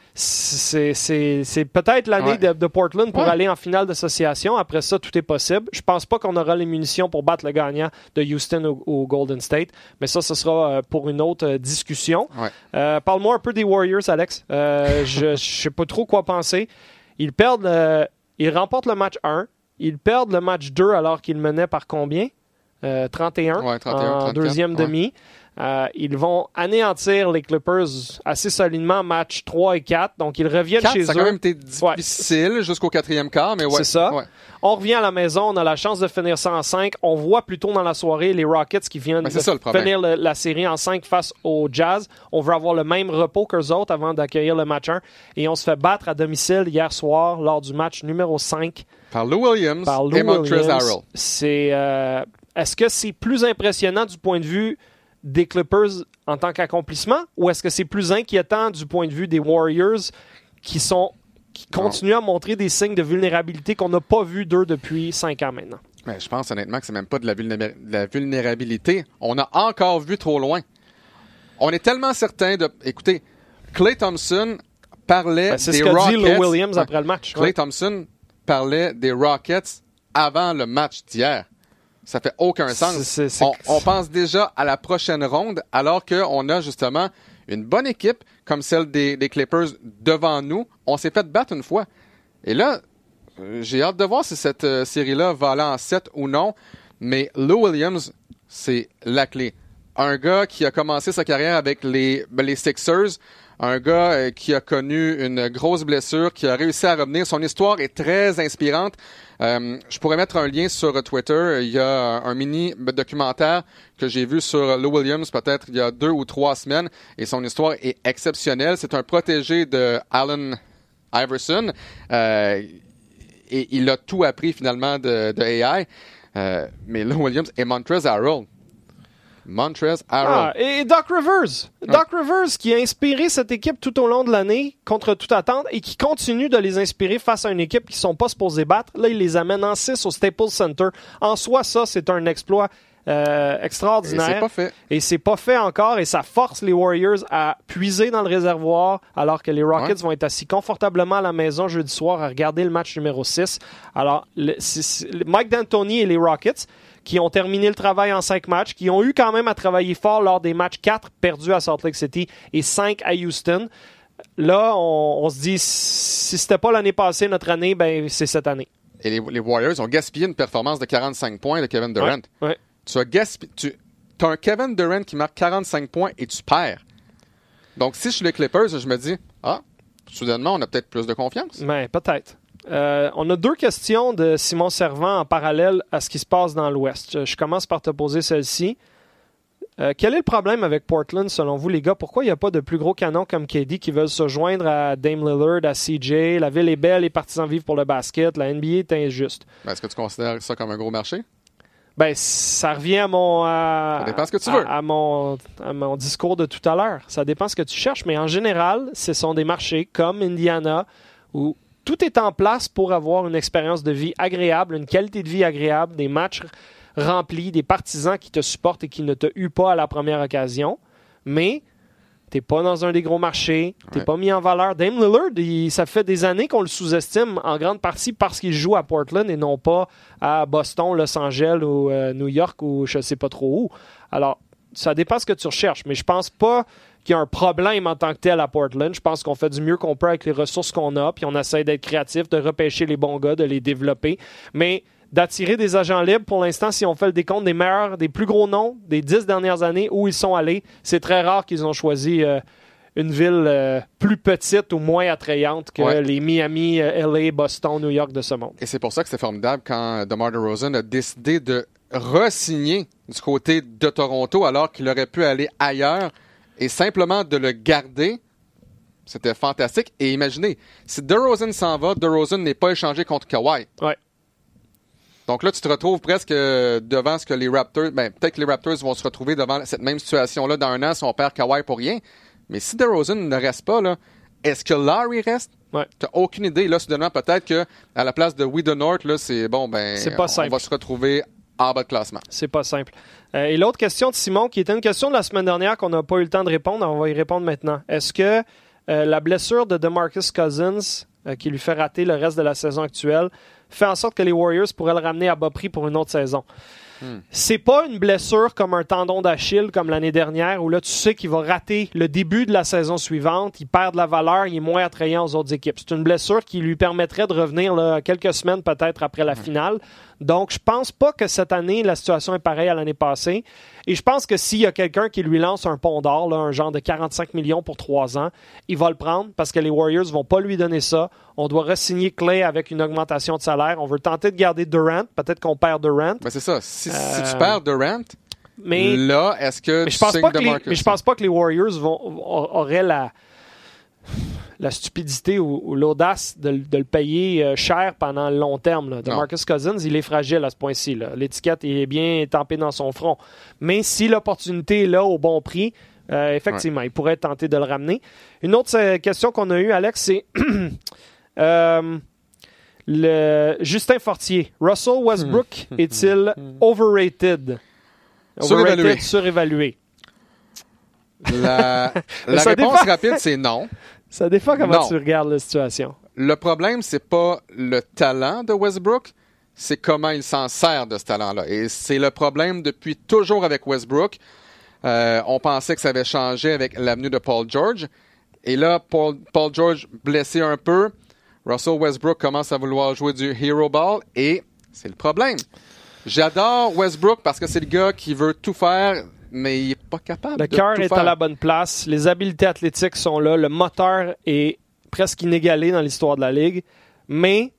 C'est, c'est, c'est peut-être l'année ouais. de, de Portland pour ouais. aller en finale d'association. Après ça, tout est possible. Je pense pas qu'on aura les munitions pour battre le gagnant de Houston ou, ou Golden State. Mais ça, ce sera euh, pour une autre euh, discussion. Ouais. Euh, parle-moi un peu des Warriors, Alex. Euh, je ne sais pas trop quoi penser. Ils perdent, euh, ils remportent le match un. Ils perdent le match deux alors qu'ils menaient par combien? Euh, trente et un, ouais, trente et un en trente-quatre, deuxième ouais. demi. Euh, ils vont anéantir les Clippers assez solidement, match trois et quatre. Donc, ils reviennent quatre, chez ça eux. Ça a quand même été difficile ouais. jusqu'au quatrième quart, mais ouais. C'est ça. Ouais. On revient à la maison, on a la chance de finir ça en cinq. On voit plus tôt dans la soirée les Rockets qui viennent de ça, finir le, la série en cinq face au Jazz. On veut avoir le même repos qu'eux autres avant d'accueillir le match un. Et on se fait battre à domicile hier soir lors du match numéro cinq. Par Lou Williams par Lou et Montrezl Williams. Harrell. C'est, euh, est-ce que c'est plus impressionnant du point de vue des Clippers en tant qu'accomplissement ou est-ce que c'est plus inquiétant du point de vue des Warriors qui sont qui continuent non. à montrer des signes de vulnérabilité qu'on n'a pas vu d'eux depuis cinq ans maintenant? Mais je pense honnêtement que c'est même pas de la, vulnéra- de la vulnérabilité. On a encore vu trop loin. On est tellement certain de... Écoutez, Klay Thompson parlait ben, c'est des ce qu'a Rockets... dit Lou Williams après le match. Klay ouais. Thompson parlait des Rockets avant le match d'hier. Ça fait aucun sens. C'est, c'est, c'est... On, on pense déjà à la prochaine ronde, alors qu'on a justement une bonne équipe comme celle des, des Clippers devant nous. On s'est fait battre une fois. Et là, j'ai hâte de voir si cette euh, série-là va aller en sept ou non. Mais Lou Williams, c'est la clé. Un gars qui a commencé sa carrière avec les, les Sixers, un gars euh, qui a connu une grosse blessure, qui a réussi à revenir. Son histoire est très inspirante. Euh, je pourrais mettre un lien sur Twitter. Il y a un mini documentaire que j'ai vu sur Lou Williams peut-être il y a deux ou trois semaines et son histoire est exceptionnelle. C'est un protégé de Allen Iverson euh, et il a tout appris finalement de, de A I. Euh, mais Lou Williams et Montrezl Harrell. Montrezl Harrell. Ah, et Doc Rivers. Doc ouais. Rivers qui a inspiré cette équipe tout au long de l'année contre toute attente et qui continue de les inspirer face à une équipe qui ne sont pas supposés battre. Là, il les amène en six au Staples Center. En soi, ça, c'est un exploit euh, extraordinaire. Et c'est pas fait. Et c'est pas fait encore et ça force les Warriors à puiser dans le réservoir alors que les Rockets ouais. vont être assis confortablement à la maison jeudi soir à regarder le match numéro six. Alors, le, c'est, c'est, Mike D'Antoni et les Rockets qui ont terminé le travail en cinq matchs, qui ont eu quand même à travailler fort lors des matchs quatre perdus à Salt Lake City et cinq à Houston. Là, on, on se dit, si c'était pas l'année passée, notre année, ben c'est cette année. Et les, les Warriors ont gaspillé une performance de quarante-cinq points de Kevin Durant. Ouais, ouais. Tu as gaspillé... Tu as un Kevin Durant qui marque quarante-cinq points et tu perds. Donc, si je suis les Clippers, je me dis, ah, soudainement, on a peut-être plus de confiance. Ben, peut-être. Euh, on a deux questions de Simon Servant en parallèle à ce qui se passe dans l'Ouest. Je commence par te poser celle-ci. Euh, quel est le problème avec Portland, selon vous, les gars? Pourquoi il n'y a pas de plus gros canons comme K D qui veulent se joindre à Dame Lillard, à C J? La ville est belle, les partisans vivent pour le basket. La N B A est injuste. Ben, est-ce que tu considères ça comme un gros marché? Ben, ça revient à mon, à, ça dépend ce que tu veux. À, à, mon, à mon discours de tout à l'heure. Ça dépend ce que tu cherches, mais en général, ce sont des marchés comme Indiana où tout est en place pour avoir une expérience de vie agréable, une qualité de vie agréable, des matchs remplis, des partisans qui te supportent et qui ne te huent pas à la première occasion. Mais T'es pas dans un des gros marchés. T'es ouais. pas mis en valeur. Dame Lillard, il, ça fait des années qu'on le sous-estime en grande partie parce qu'il joue à Portland et non pas à Boston, Los Angeles ou euh, New York ou je sais pas trop où. Alors, ça dépend ce que tu recherches. Mais je pense pas qu'il y a un problème en tant que tel à Portland. Je pense qu'on fait du mieux qu'on peut avec les ressources qu'on a. Puis on essaie d'être créatif, de repêcher les bons gars, de les développer. Mais d'attirer des agents libres, pour l'instant, si on fait le décompte des meilleurs, des plus gros noms des dix dernières années où ils sont allés, c'est très rare qu'ils ont choisi euh, une ville euh, plus petite ou moins attrayante que ouais. les Miami, euh, L A, Boston, New York de ce monde. Et c'est pour ça que c'est formidable quand DeMar DeRozan a décidé de re-signer du côté de Toronto alors qu'il aurait pu aller ailleurs et simplement de le garder. C'était fantastique. Et imaginez, si DeRozan s'en va, DeRozan n'est pas échangé contre Kawhi. Ouais. Donc là, tu te retrouves presque devant ce que les Raptors... Ben, peut-être que les Raptors vont se retrouver devant cette même situation-là dans un an si on perd Kawhi pour rien. Mais si DeRozan ne reste pas, là, est-ce que Larry reste? Ouais. T'as aucune idée. Là, soudainement, peut-être que à la place de Widdenort, là, c'est bon, ben, c'est pas on, simple. on va se retrouver en bas de classement. C'est pas simple. Euh, et l'autre question de Simon, qui était une question de la semaine dernière qu'on n'a pas eu le temps de répondre, on va y répondre maintenant. Est-ce que euh, la blessure de DeMarcus Cousins, euh, qui lui fait rater le reste de la saison actuelle, fait en sorte que les Warriors pourraient le ramener à bas prix pour une autre saison? Hmm. C'est pas une blessure comme un tendon d'Achille comme l'année dernière où là tu sais qu'il va rater le début de la saison suivante, il perd de la valeur, il est moins attrayant aux autres équipes. C'est une blessure qui lui permettrait de revenir là, quelques semaines peut-être après la hmm. finale. Donc je pense pas que cette année la situation est pareille à l'année passée. Et je pense que s'il y a quelqu'un qui lui lance un pont d'or, là, un genre de quarante-cinq millions pour trois ans, il va le prendre parce que les Warriors vont pas lui donner ça. On doit re-signer Clay avec une augmentation de salaire. On veut tenter de garder Durant. Peut-être qu'on perd Durant. Ben c'est ça. Si, euh... si tu perds Durant, mais, là, est-ce que mais tu je pense signes pas que DeMarcus? les, Mais je pense pas que les Warriors vont, auraient la... la stupidité ou, ou l'audace de, de le payer euh, cher pendant le long terme. Là. DeMarcus Cousins, il est fragile à ce point-ci. Là. L'étiquette est bien tampée dans son front. Mais si l'opportunité est là au bon prix, euh, effectivement, ouais. il pourrait être tenté de le ramener. Une autre euh, question qu'on a eue, Alex, c'est euh, le Justin Fortier. Russell Westbrook est-il overrated? Surévalué. Overrated, surévalué. La, la réponse dépend. rapide, c'est non. Ça dépend comment non. tu regardes la situation. Le problème, c'est pas le talent de Westbrook, c'est comment il s'en sert de ce talent-là. Et c'est le problème depuis toujours avec Westbrook. Euh, on pensait que ça avait changé avec l'avenue de Paul George. Et là, Paul, Paul George blessé un peu. Russell Westbrook commence à vouloir jouer du hero ball. Et c'est le problème. J'adore Westbrook parce que c'est le gars qui veut tout faire, mais il n'est pas capable le de tout faire. Le cœur est faire. à la bonne place. Les habiletés athlétiques sont là. Le moteur est presque inégalé dans l'histoire de la Ligue. Mais,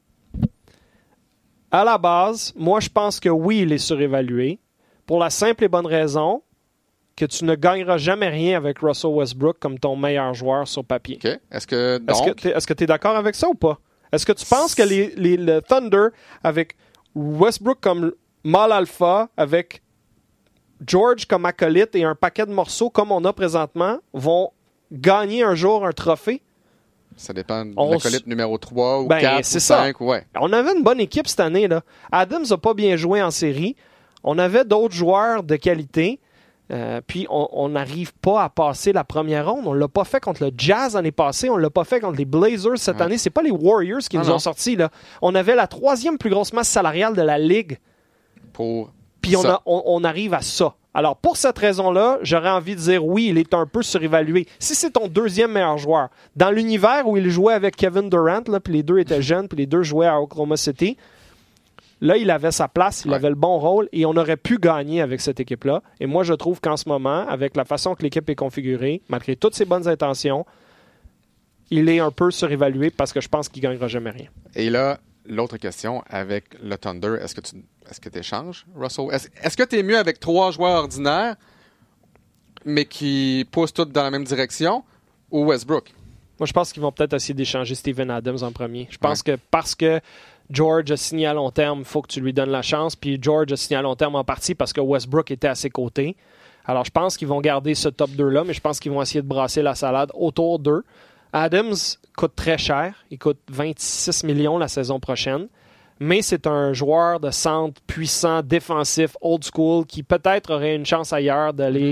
à la base, moi, je pense que oui, il est surévalué. Pour la simple et bonne raison que tu ne gagneras jamais rien avec Russell Westbrook comme ton meilleur joueur sur papier. OK. Est-ce que donc... Est-ce que tu es d'accord avec ça ou pas? Est-ce que tu penses que les, les, le Thunder, avec Westbrook comme mâle alpha, avec George comme acolyte et un paquet de morceaux comme on a présentement, vont gagner un jour un trophée? Ça dépend de on l'acolyte s... numéro trois ou ben, quatre ou cinq. Ouais. On avait une bonne équipe cette année. Là. Adams n'a pas bien joué en série. On avait d'autres joueurs de qualité. Euh, puis on n'arrive pas à passer la première ronde. On ne l'a pas fait contre le Jazz l'année passée. On ne l'a pas fait contre les Blazers cette ouais. année. C'est pas les Warriors qui non, nous non. ont sortis. Là. On avait la troisième plus grosse masse salariale de la Ligue. Pour Puis on, a, on, on arrive à ça. Alors, pour cette raison-là, j'aurais envie de dire oui, il est un peu surévalué. Si c'est ton deuxième meilleur joueur, dans l'univers où il jouait avec Kevin Durant, là, puis les deux étaient jeunes, puis les deux jouaient à Oklahoma City, là, il avait sa place, il ouais. avait le bon rôle, et on aurait pu gagner avec cette équipe-là. Et moi, je trouve qu'en ce moment, avec la façon que l'équipe est configurée, malgré toutes ses bonnes intentions, il est un peu surévalué parce que je pense qu'il ne gagnera jamais rien. Et là, l'autre question, avec le Thunder, est-ce que tu est-ce que tu échanges, Russell? Est-ce, est-ce que tu es mieux avec trois joueurs ordinaires, mais qui poussent tous dans la même direction, ou Westbrook? Moi, je pense qu'ils vont peut-être essayer d'échanger Steven Adams en premier. Je pense ouais. que parce que George a signé à long terme, il faut que tu lui donnes la chance, puis George a signé à long terme en partie parce que Westbrook était à ses côtés. Alors, je pense qu'ils vont garder ce top deux-là, mais je pense qu'ils vont essayer de brasser la salade autour d'eux. Adams coûte très cher. Il coûte vingt-six millions la saison prochaine. Mais c'est un joueur de centre puissant, défensif, old school, qui peut-être aurait une chance ailleurs d'aller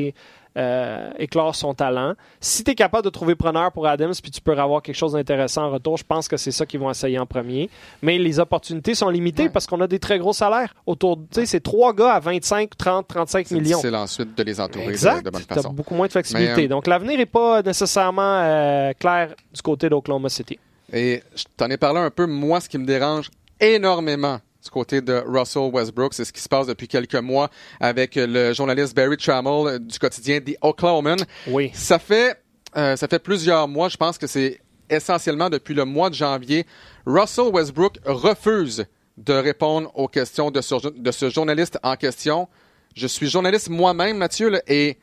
euh, éclore son talent. Si tu es capable de trouver preneur pour Adams puis tu peux avoir quelque chose d'intéressant en retour, je pense que c'est ça qu'ils vont essayer en premier. Mais les opportunités sont limitées ouais. parce qu'on a des très gros salaires. Autour, tu sais, c'est trois gars à vingt-cinq, trente, trente-cinq c'est millions. C'est ensuite de les entourer exact. de, de bonne façon. Tu as beaucoup moins de flexibilité. Mais, euh, Donc l'avenir n'est pas nécessairement euh, clair du côté d'Oklahoma City. Et je t'en ai parlé un peu. Moi, ce qui me dérange énormément du côté de Russell Westbrook, c'est ce qui se passe depuis quelques mois avec le journaliste Barry Trammell du quotidien The Oklahoman. Oui. Ça fait, euh, ça fait plusieurs mois, je pense que c'est essentiellement depuis le mois de janvier, Russell Westbrook refuse de répondre aux questions de ce, de ce journaliste en question. Je suis journaliste moi-même, Mathieu, là, et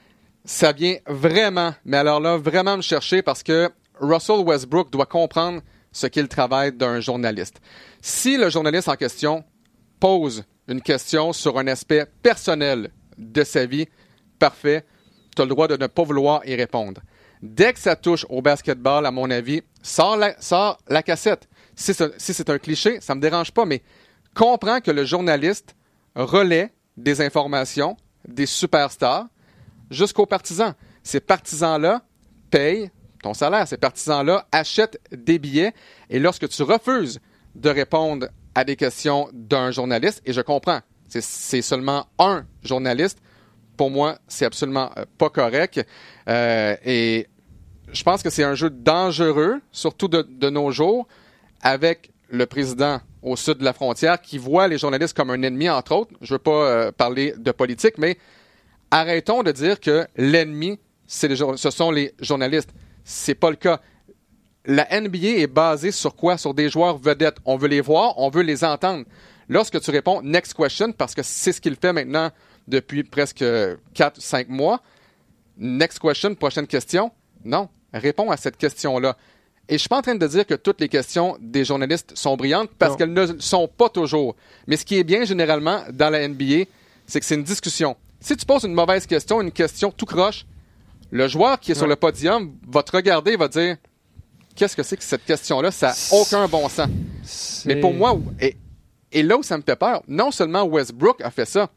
ça vient vraiment, mais alors là, vraiment me chercher parce que Russell Westbrook doit comprendre ce qu'est le travail d'un journaliste. Si le journaliste en question pose une question sur un aspect personnel de sa vie, parfait, tu as le droit de ne pas vouloir y répondre. Dès que ça touche au basketball, à mon avis, sors la, sors la cassette. Si c'est, si c'est un cliché, ça ne me dérange pas, mais comprends que le journaliste relaie des informations des superstars jusqu'aux partisans. Ces partisans-là payent ton salaire. Ces partisans-là achètent des billets et lorsque tu refuses de répondre à des questions d'un journaliste, et je comprends, c'est, c'est seulement un journaliste, pour moi, c'est absolument euh, pas correct. Euh, et je pense que c'est un jeu dangereux, surtout de, de nos jours, avec le président au sud de la frontière qui voit les journalistes comme un ennemi, entre autres. Je veux pas euh, parler de politique, mais arrêtons de dire que l'ennemi, c'est les, ce sont les journalistes. C'est pas le cas. La N B A est basée sur quoi? Sur des joueurs vedettes. On veut les voir, on veut les entendre. Lorsque tu réponds « next question », parce que c'est ce qu'il fait maintenant depuis presque quatre cinq mois, « next question », prochaine question, non, réponds à cette question-là. Et je ne suis pas en train de dire que toutes les questions des journalistes sont brillantes parce non. qu'elles ne le sont pas toujours. Mais ce qui est bien généralement dans la N B A, c'est que c'est une discussion. Si tu poses une mauvaise question, une question tout croche, le joueur qui est ouais. sur le podium va te regarder et va dire « Qu'est-ce que c'est que cette question-là? Ça n'a aucun bon sens. » Mais pour moi, et, et là où ça me fait peur, non seulement Westbrook a fait ça,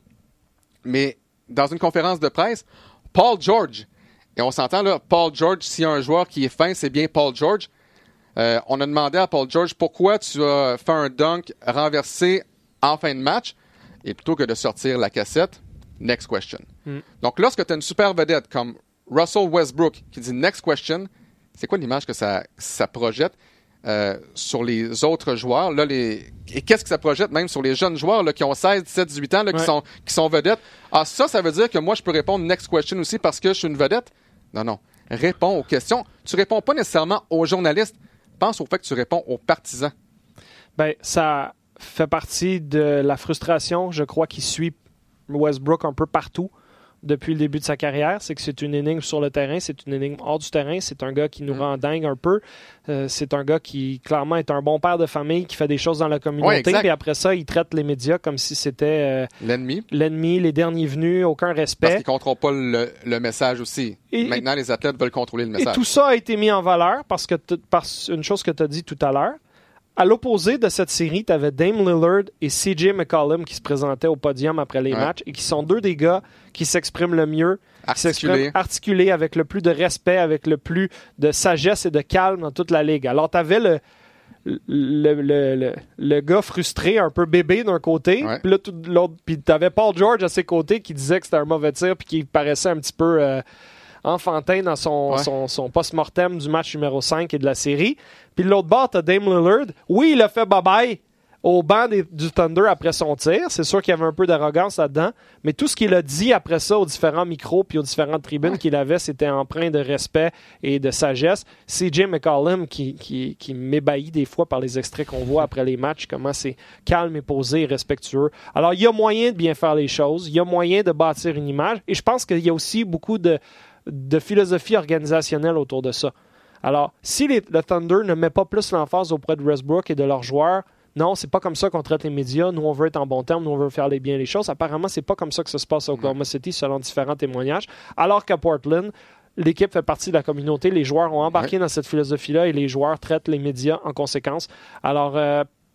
mais dans une conférence de presse, Paul George, et on s'entend là, Paul George, s'il y a un joueur qui est fin, c'est bien Paul George. Euh, on a demandé à Paul George pourquoi tu as fait un dunk renversé en fin de match, et plutôt que de sortir la cassette, next question. Mm. Donc lorsque tu as une super vedette comme Russell Westbrook qui dit next question, c'est quoi l'image que ça, ça projette euh, sur les autres joueurs? Là, les... Et qu'est-ce que ça projette même sur les jeunes joueurs là, qui ont seize, dix-sept, dix-huit ans, là, ouais. qui, sont, qui sont vedettes? Ah, ça, ça veut dire que moi, je peux répondre next question aussi parce que je suis une vedette? Non, non. Réponds aux questions. Tu réponds pas nécessairement aux journalistes. Pense au fait que tu réponds aux partisans. Bien, ça fait partie de la frustration, je crois, qui suit Westbrook un peu partout depuis le début de sa carrière. C'est que c'est une énigme sur le terrain, c'est une énigme hors du terrain. C'est un gars qui nous mmh. rend dingue un peu. Euh, c'est un gars qui, clairement, est un bon père de famille, qui fait des choses dans la communauté. Ouais, puis après ça, il traite les médias comme si c'était... Euh, l'ennemi. L'ennemi, les derniers venus, aucun respect. Parce qu'ils ne contrôlent pas le, le message aussi. Et, Maintenant, les athlètes veulent contrôler le message. Et tout ça a été mis en valeur parce que par une chose que tu as dit tout à l'heure. À l'opposé de cette série, tu avais Dame Lillard et C J McCollum qui se présentaient au podium après les ouais. matchs et qui sont deux des gars qui s'expriment le mieux, articulés. qui s'expriment articulés avec le plus de respect, avec le plus de sagesse et de calme dans toute la ligue. Alors, tu avais le, le, le, le, le gars frustré, un peu bébé d'un côté, ouais. puis là, tout l'autre, puis tu avais Paul George à ses côtés qui disait que c'était un mauvais tir puis qui paraissait un petit peu... Euh, enfantin dans son, ouais. son, son post-mortem du match numéro cinq et de la série. Puis de l'autre bord, t'as Dame Lillard. Oui, il a fait bye-bye au banc des, du Thunder après son tir. C'est sûr qu'il y avait un peu d'arrogance là-dedans. Mais tout ce qu'il a dit après ça aux différents micros puis aux différentes tribunes ouais. qu'il avait, c'était empreint de respect et de sagesse. C J McCollum qui, qui, qui m'ébahit des fois par les extraits qu'on voit après les matchs, comment c'est calme et posé et respectueux. Alors, il y a moyen de bien faire les choses. Il y a moyen de bâtir une image. Et je pense qu'il y a aussi beaucoup de de philosophie organisationnelle autour de ça. Alors, si les, le Thunder ne met pas plus l'emphase auprès de Westbrook et de leurs joueurs, non, c'est pas comme ça qu'on traite les médias. Nous, on veut être en bon terme, nous, on veut faire les bien les choses. Apparemment, c'est pas comme ça que ça se passe à Oklahoma City, selon différents témoignages. Alors qu'à Portland, l'équipe fait partie de la communauté, les joueurs ont embarqué ouais. dans cette philosophie-là et les joueurs traitent les médias en conséquence. Alors, euh,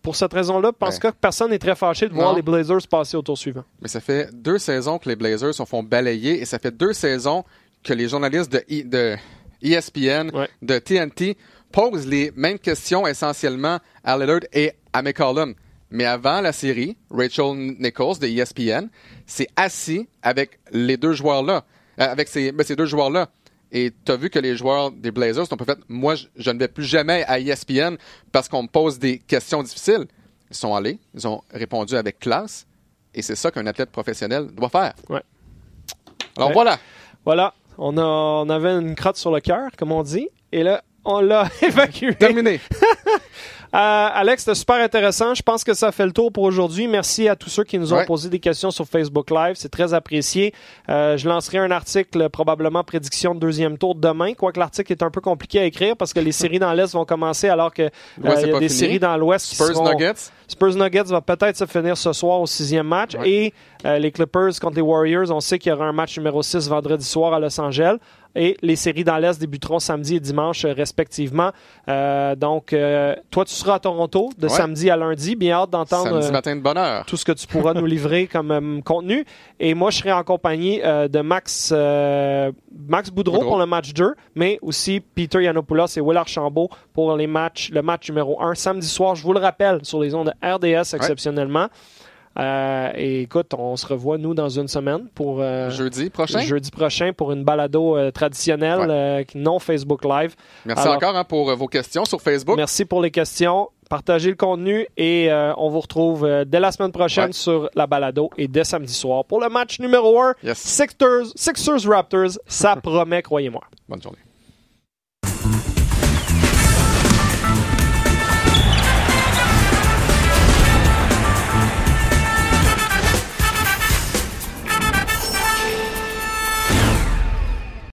pour cette raison-là, je pense Ouais. que personne n'est très fâché de voir Non. les Blazers passer au tour suivant. Mais ça fait deux saisons que les Blazers se font balayer et ça fait deux saisons que les journalistes de, I- de E S P N, Ouais. de T N T posent les mêmes questions essentiellement à Lillard et à McCollum. Mais avant la série, Rachel Nichols de E S P N s'est assis avec les deux joueurs-là, euh, avec ces, ben, ces deux joueurs-là. Et tu as vu que les joueurs des Blazers ont pas fait « Moi, je, je ne vais plus jamais à E S P N parce qu'on me pose des questions difficiles. » Ils sont allés, ils ont répondu avec classe. Et c'est ça qu'un athlète professionnel doit faire. Ouais. Alors Ouais. voilà. Voilà, on, a, on avait une crotte sur le cœur, comme on dit, et là, on l'a évacué. Terminé. Euh, Alex, c'était super intéressant. Je pense que ça fait le tour pour aujourd'hui. Merci à tous ceux qui nous ont Ouais. posé des questions sur Facebook Live. C'est très apprécié. Euh, je lancerai un article, probablement prédiction de deuxième tour demain, quoique l'article est un peu compliqué à écrire parce que les séries dans l'Est vont commencer alors que euh, L'Ouest il y est a pas des fini. séries dans l'Ouest qui Spurs seront... Nuggets. Spurs Nuggets va peut-être se finir ce soir au sixième match. Ouais. Et euh, les Clippers contre les Warriors, on sait qu'il y aura un match numéro six vendredi soir à Los Angeles. Et les séries dans l'Est débuteront samedi et dimanche euh, respectivement. Euh, donc, euh, toi, tu seras à Toronto de Ouais. samedi à lundi. Bien hâte d'entendre Samedi euh, matin de bonne heure. tout ce que tu pourras nous livrer comme euh, contenu. Et moi, je serai en compagnie euh, de Max, euh, Max Boudreau, Boudreau. pour le match deux, mais aussi Peter Yanopoulos et Will Archambault pour les matchs, le match numéro un samedi soir. Je vous le rappelle, sur les ondes de R D S exceptionnellement. Euh, et écoute, on se revoit, nous, dans une semaine pour euh, Jeudi prochain. jeudi prochain pour une balado euh, traditionnelle, Ouais. euh, non Facebook Live. Merci Alors- encore hein, pour euh, vos questions sur Facebook. Merci pour les questions. Partagez le contenu et euh, on vous retrouve euh, dès la semaine prochaine Ouais. sur la balado et dès samedi soir pour le match numéro un. Yes. Sixers, Sixers Raptors, ça promet, croyez-moi. Bonne journée.